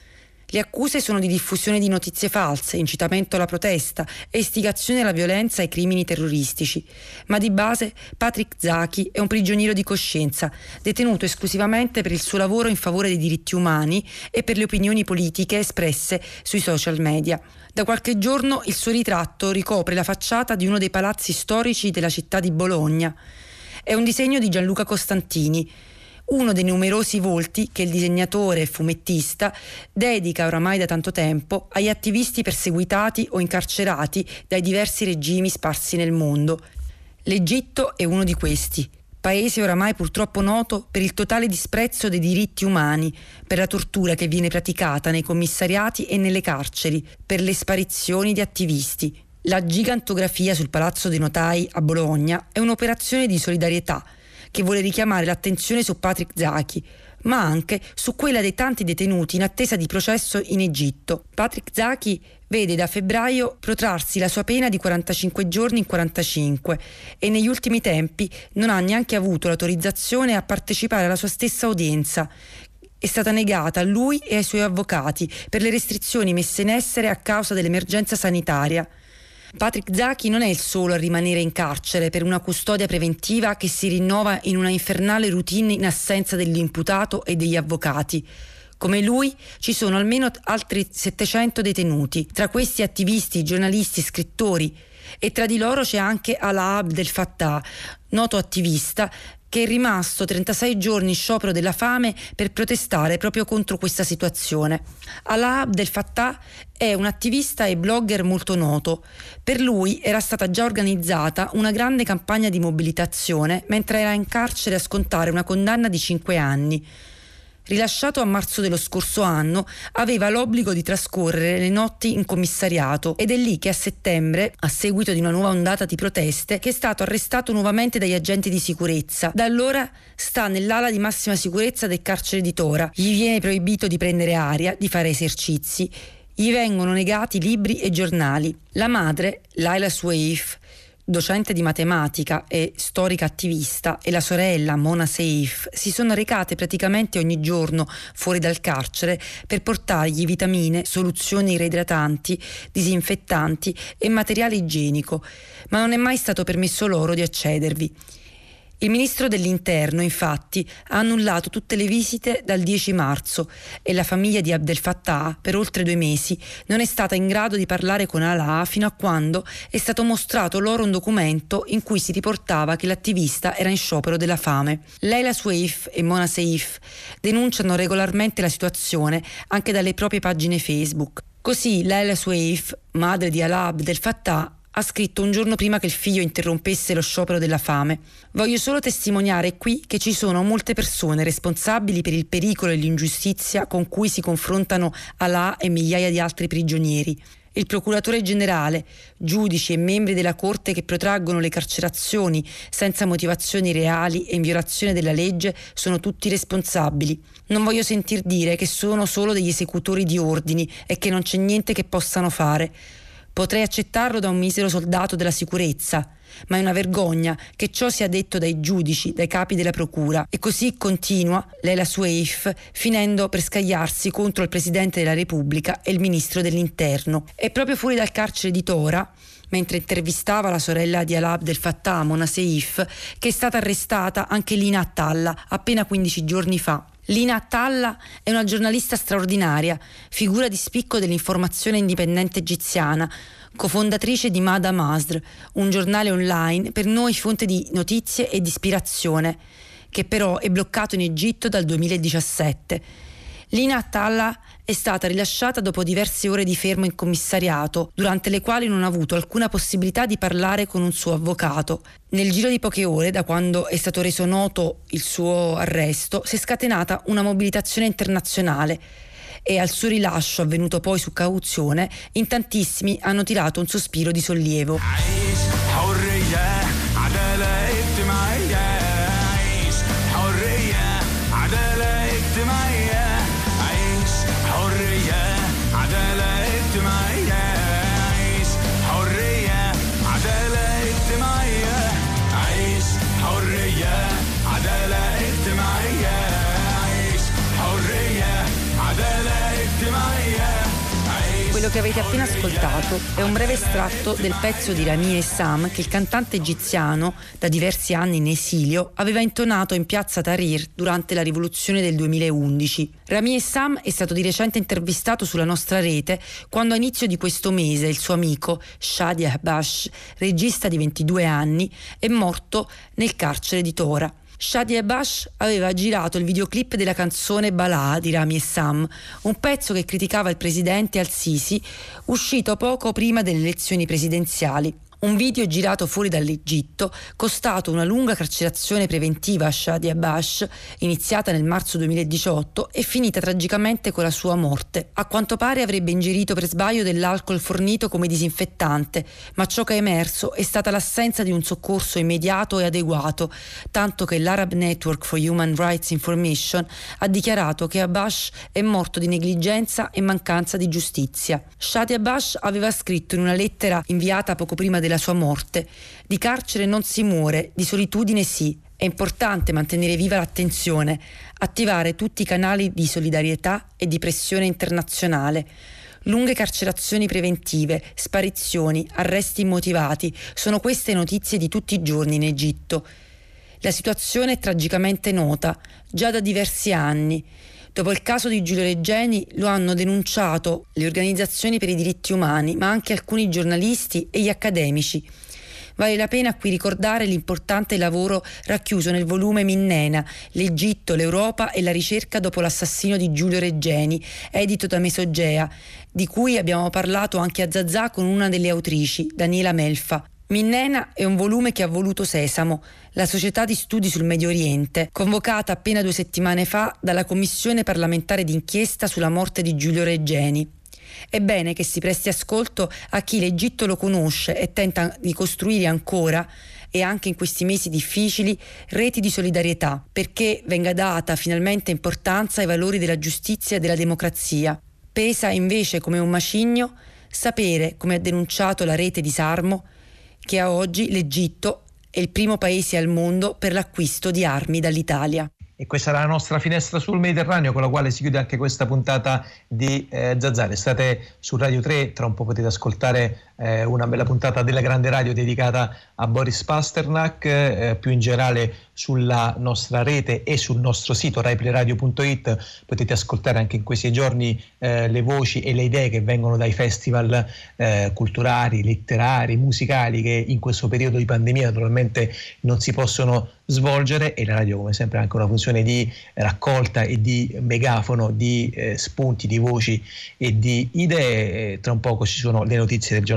Le accuse sono di diffusione di notizie false, incitamento alla protesta e istigazione alla violenza e crimini terroristici. Ma di base Patrick Zaki è un prigioniero di coscienza, detenuto esclusivamente per il suo lavoro in favore dei diritti umani e per le opinioni politiche espresse sui social media. Da qualche giorno il suo ritratto ricopre la facciata di uno dei palazzi storici della città di Bologna. È un disegno di Gianluca Costantini, uno dei numerosi volti che il disegnatore e fumettista dedica oramai da tanto tempo agli attivisti perseguitati o incarcerati dai diversi regimi sparsi nel mondo. L'Egitto è uno di questi, paese oramai purtroppo noto per il totale disprezzo dei diritti umani, per la tortura che viene praticata nei commissariati e nelle carceri, per le sparizioni di attivisti. La gigantografia sul Palazzo dei Notai a Bologna è un'operazione di solidarietà che vuole richiamare l'attenzione su Patrick Zaki, ma anche su quella dei tanti detenuti in attesa di processo in Egitto. Patrick Zaki vede da febbraio protrarsi la sua pena di 45 giorni in 45 e negli ultimi tempi non ha neanche avuto l'autorizzazione a partecipare alla sua stessa udienza. È stata negata a lui e ai suoi avvocati per le restrizioni messe in essere a causa dell'emergenza sanitaria. Patrick Zaki non è il solo a rimanere in carcere per una custodia preventiva che si rinnova in una infernale routine in assenza dell'imputato e degli avvocati. Come lui ci sono almeno altri 700 detenuti, tra questi attivisti, giornalisti, scrittori, e tra di loro c'è anche Alaa Abdel Fattah, noto attivista che è rimasto 36 giorni in sciopero della fame per protestare proprio contro questa situazione. Alaa Abdel Fattah è un attivista e blogger molto noto. Per lui era stata già organizzata una grande campagna di mobilitazione mentre era in carcere a scontare una condanna di 5 anni. Rilasciato a marzo dello scorso anno, aveva l'obbligo di trascorrere le notti in commissariato ed è lì che a settembre, a seguito di una nuova ondata di proteste, che è stato arrestato nuovamente dagli agenti di sicurezza. Da allora sta nell'ala di massima sicurezza del carcere di Tora. Gli viene proibito di prendere aria, di fare esercizi. Gli vengono negati libri e giornali. La madre, Laila Sweif, docente di matematica e storica attivista, e la sorella Mona Seif si sono recate praticamente ogni giorno fuori dal carcere per portargli vitamine, soluzioni reidratanti, disinfettanti e materiale igienico, ma non è mai stato permesso loro di accedervi. Il ministro dell'Interno, infatti, ha annullato tutte le visite dal 10 marzo e la famiglia di Abdel Fattah per oltre 2 mesi non è stata in grado di parlare con Alaa fino a quando è stato mostrato loro un documento in cui si riportava che l'attivista era in sciopero della fame. Laila Sweif e Mona Seif denunciano regolarmente la situazione anche dalle proprie pagine Facebook. Così Laila Sweif, madre di Alaa Abdel Fattah, ha scritto un giorno prima che il figlio interrompesse lo sciopero della fame: voglio solo testimoniare qui che ci sono molte persone responsabili per il pericolo e l'ingiustizia con cui si confrontano Alaa e migliaia di altri prigionieri. Il procuratore generale, giudici e membri della Corte che protraggono le carcerazioni senza motivazioni reali e in violazione della legge sono tutti responsabili. Non voglio sentir dire che sono solo degli esecutori di ordini e che non c'è niente che possano fare. Potrei accettarlo da un misero soldato della sicurezza, ma è una vergogna che ciò sia detto dai giudici, dai capi della procura. E così continua Leila Sueif, finendo per scagliarsi contro il Presidente della Repubblica e il Ministro dell'Interno. E proprio fuori dal carcere di Tora, mentre intervistava la sorella di Alaa Abdel Fattah, Mona Seif, che è stata arrestata anche Lina Attallah appena 15 giorni fa. Lina Attallah è una giornalista straordinaria, figura di spicco dell'informazione indipendente egiziana, cofondatrice di Mada Masr, un giornale online per noi fonte di notizie e di ispirazione, che però è bloccato in Egitto dal 2017. Lina Attallah è stata rilasciata dopo diverse ore di fermo in commissariato, durante le quali non ha avuto alcuna possibilità di parlare con un suo avvocato. Nel giro di poche ore, da quando è stato reso noto il suo arresto, si è scatenata una mobilitazione internazionale e al suo rilascio, avvenuto poi su cauzione, in tantissimi hanno tirato un sospiro di sollievo. Quello che avete appena ascoltato è un breve estratto del pezzo di Rami Essam che il cantante egiziano, da diversi anni in esilio, aveva intonato in piazza Tahrir durante la rivoluzione del 2011. Rami Essam è stato di recente intervistato sulla nostra rete quando a inizio di questo mese il suo amico Shadi Ahbash, regista di 22 anni, è morto nel carcere di Tora. Shadi Ahbash aveva girato il videoclip della canzone Balaa di Rami Essam, un pezzo che criticava il presidente al-Sisi, uscito poco prima delle elezioni presidenziali. Un video girato fuori dall'Egitto, costato una lunga carcerazione preventiva a Shadi Ahbash, iniziata nel marzo 2018 e finita tragicamente con la sua morte. A quanto pare avrebbe ingerito per sbaglio dell'alcol fornito come disinfettante, ma ciò che è emerso è stata l'assenza di un soccorso immediato e adeguato, tanto che l'Arab Network for Human Rights Information ha dichiarato che Ahbash è morto di negligenza e mancanza di giustizia. Shadi Ahbash aveva scritto in una lettera inviata poco prima della sua morte: di carcere non si muore, di solitudine sì. È importante mantenere viva l'attenzione, attivare tutti i canali di solidarietà e di pressione internazionale. Lunghe carcerazioni preventive, sparizioni, arresti immotivati, sono queste notizie di tutti i giorni in Egitto. La situazione è tragicamente nota, già da diversi anni. Dopo il caso di Giulio Regeni lo hanno denunciato le organizzazioni per i diritti umani, ma anche alcuni giornalisti e gli accademici. Vale la pena qui ricordare l'importante lavoro racchiuso nel volume Minnena, l'Egitto, l'Europa e la ricerca dopo l'assassinio di Giulio Regeni, edito da Mesogea, di cui abbiamo parlato anche a Zazà con una delle autrici, Daniela Melfa. Minnena è un volume che ha voluto Sesamo, la società di studi sul Medio Oriente, convocata appena 2 settimane fa dalla Commissione parlamentare d'inchiesta sulla morte di Giulio Regeni. È bene che si presti ascolto a chi l'Egitto lo conosce e tenta di costruire ancora, e anche in questi mesi difficili, reti di solidarietà, perché venga data finalmente importanza ai valori della giustizia e della democrazia. Pesa invece come un macigno sapere, come ha denunciato la rete di Sarmo, che a oggi l'Egitto è il primo paese al mondo per l'acquisto di armi dall'Italia. E questa era la nostra finestra sul Mediterraneo, con la quale si chiude anche questa puntata di Zazà. State su Radio 3, tra un po' potete ascoltare una bella puntata della Grande Radio dedicata a Boris Pasternak, più in generale sulla nostra rete e sul nostro sito raiplayradio.it potete ascoltare anche in questi giorni le voci e le idee che vengono dai festival culturali, letterari, musicali che in questo periodo di pandemia naturalmente non si possono svolgere, e la radio come sempre ha anche una funzione di raccolta e di megafono di spunti, di voci e di idee. Tra un poco ci sono le notizie del giornale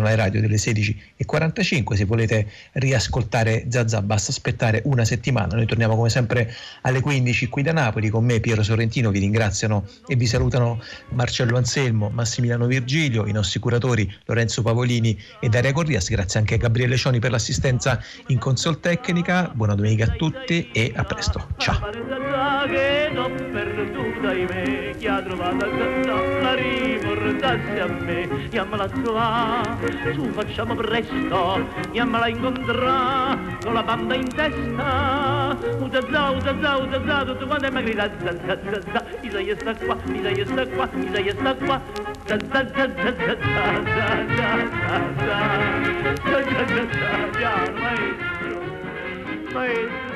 Rai Radio delle 16:45. Se volete riascoltare Zazà basta aspettare una settimana. Noi torniamo come sempre alle 15 qui da Napoli. Con me Piero Sorrentino vi ringraziano e vi salutano Marcello Anselmo, Massimiliano Virgilio, i nostri curatori Lorenzo Pavolini e Daria Corrias. Grazie anche a Gabriele Cioni per l'assistenza in console tecnica. Buona domenica a tutti e a presto. Ciao. Che l'ho perduta in me, chi ha trovato la riportassi a me, chiamala qua, su facciamo presto, chiamala incontrà, con la bamba in testa, utazza, tutto quanto mi grida, zazza, Isaia sta qua, Isaia sta qua, Isaia sta qua, piano maestro,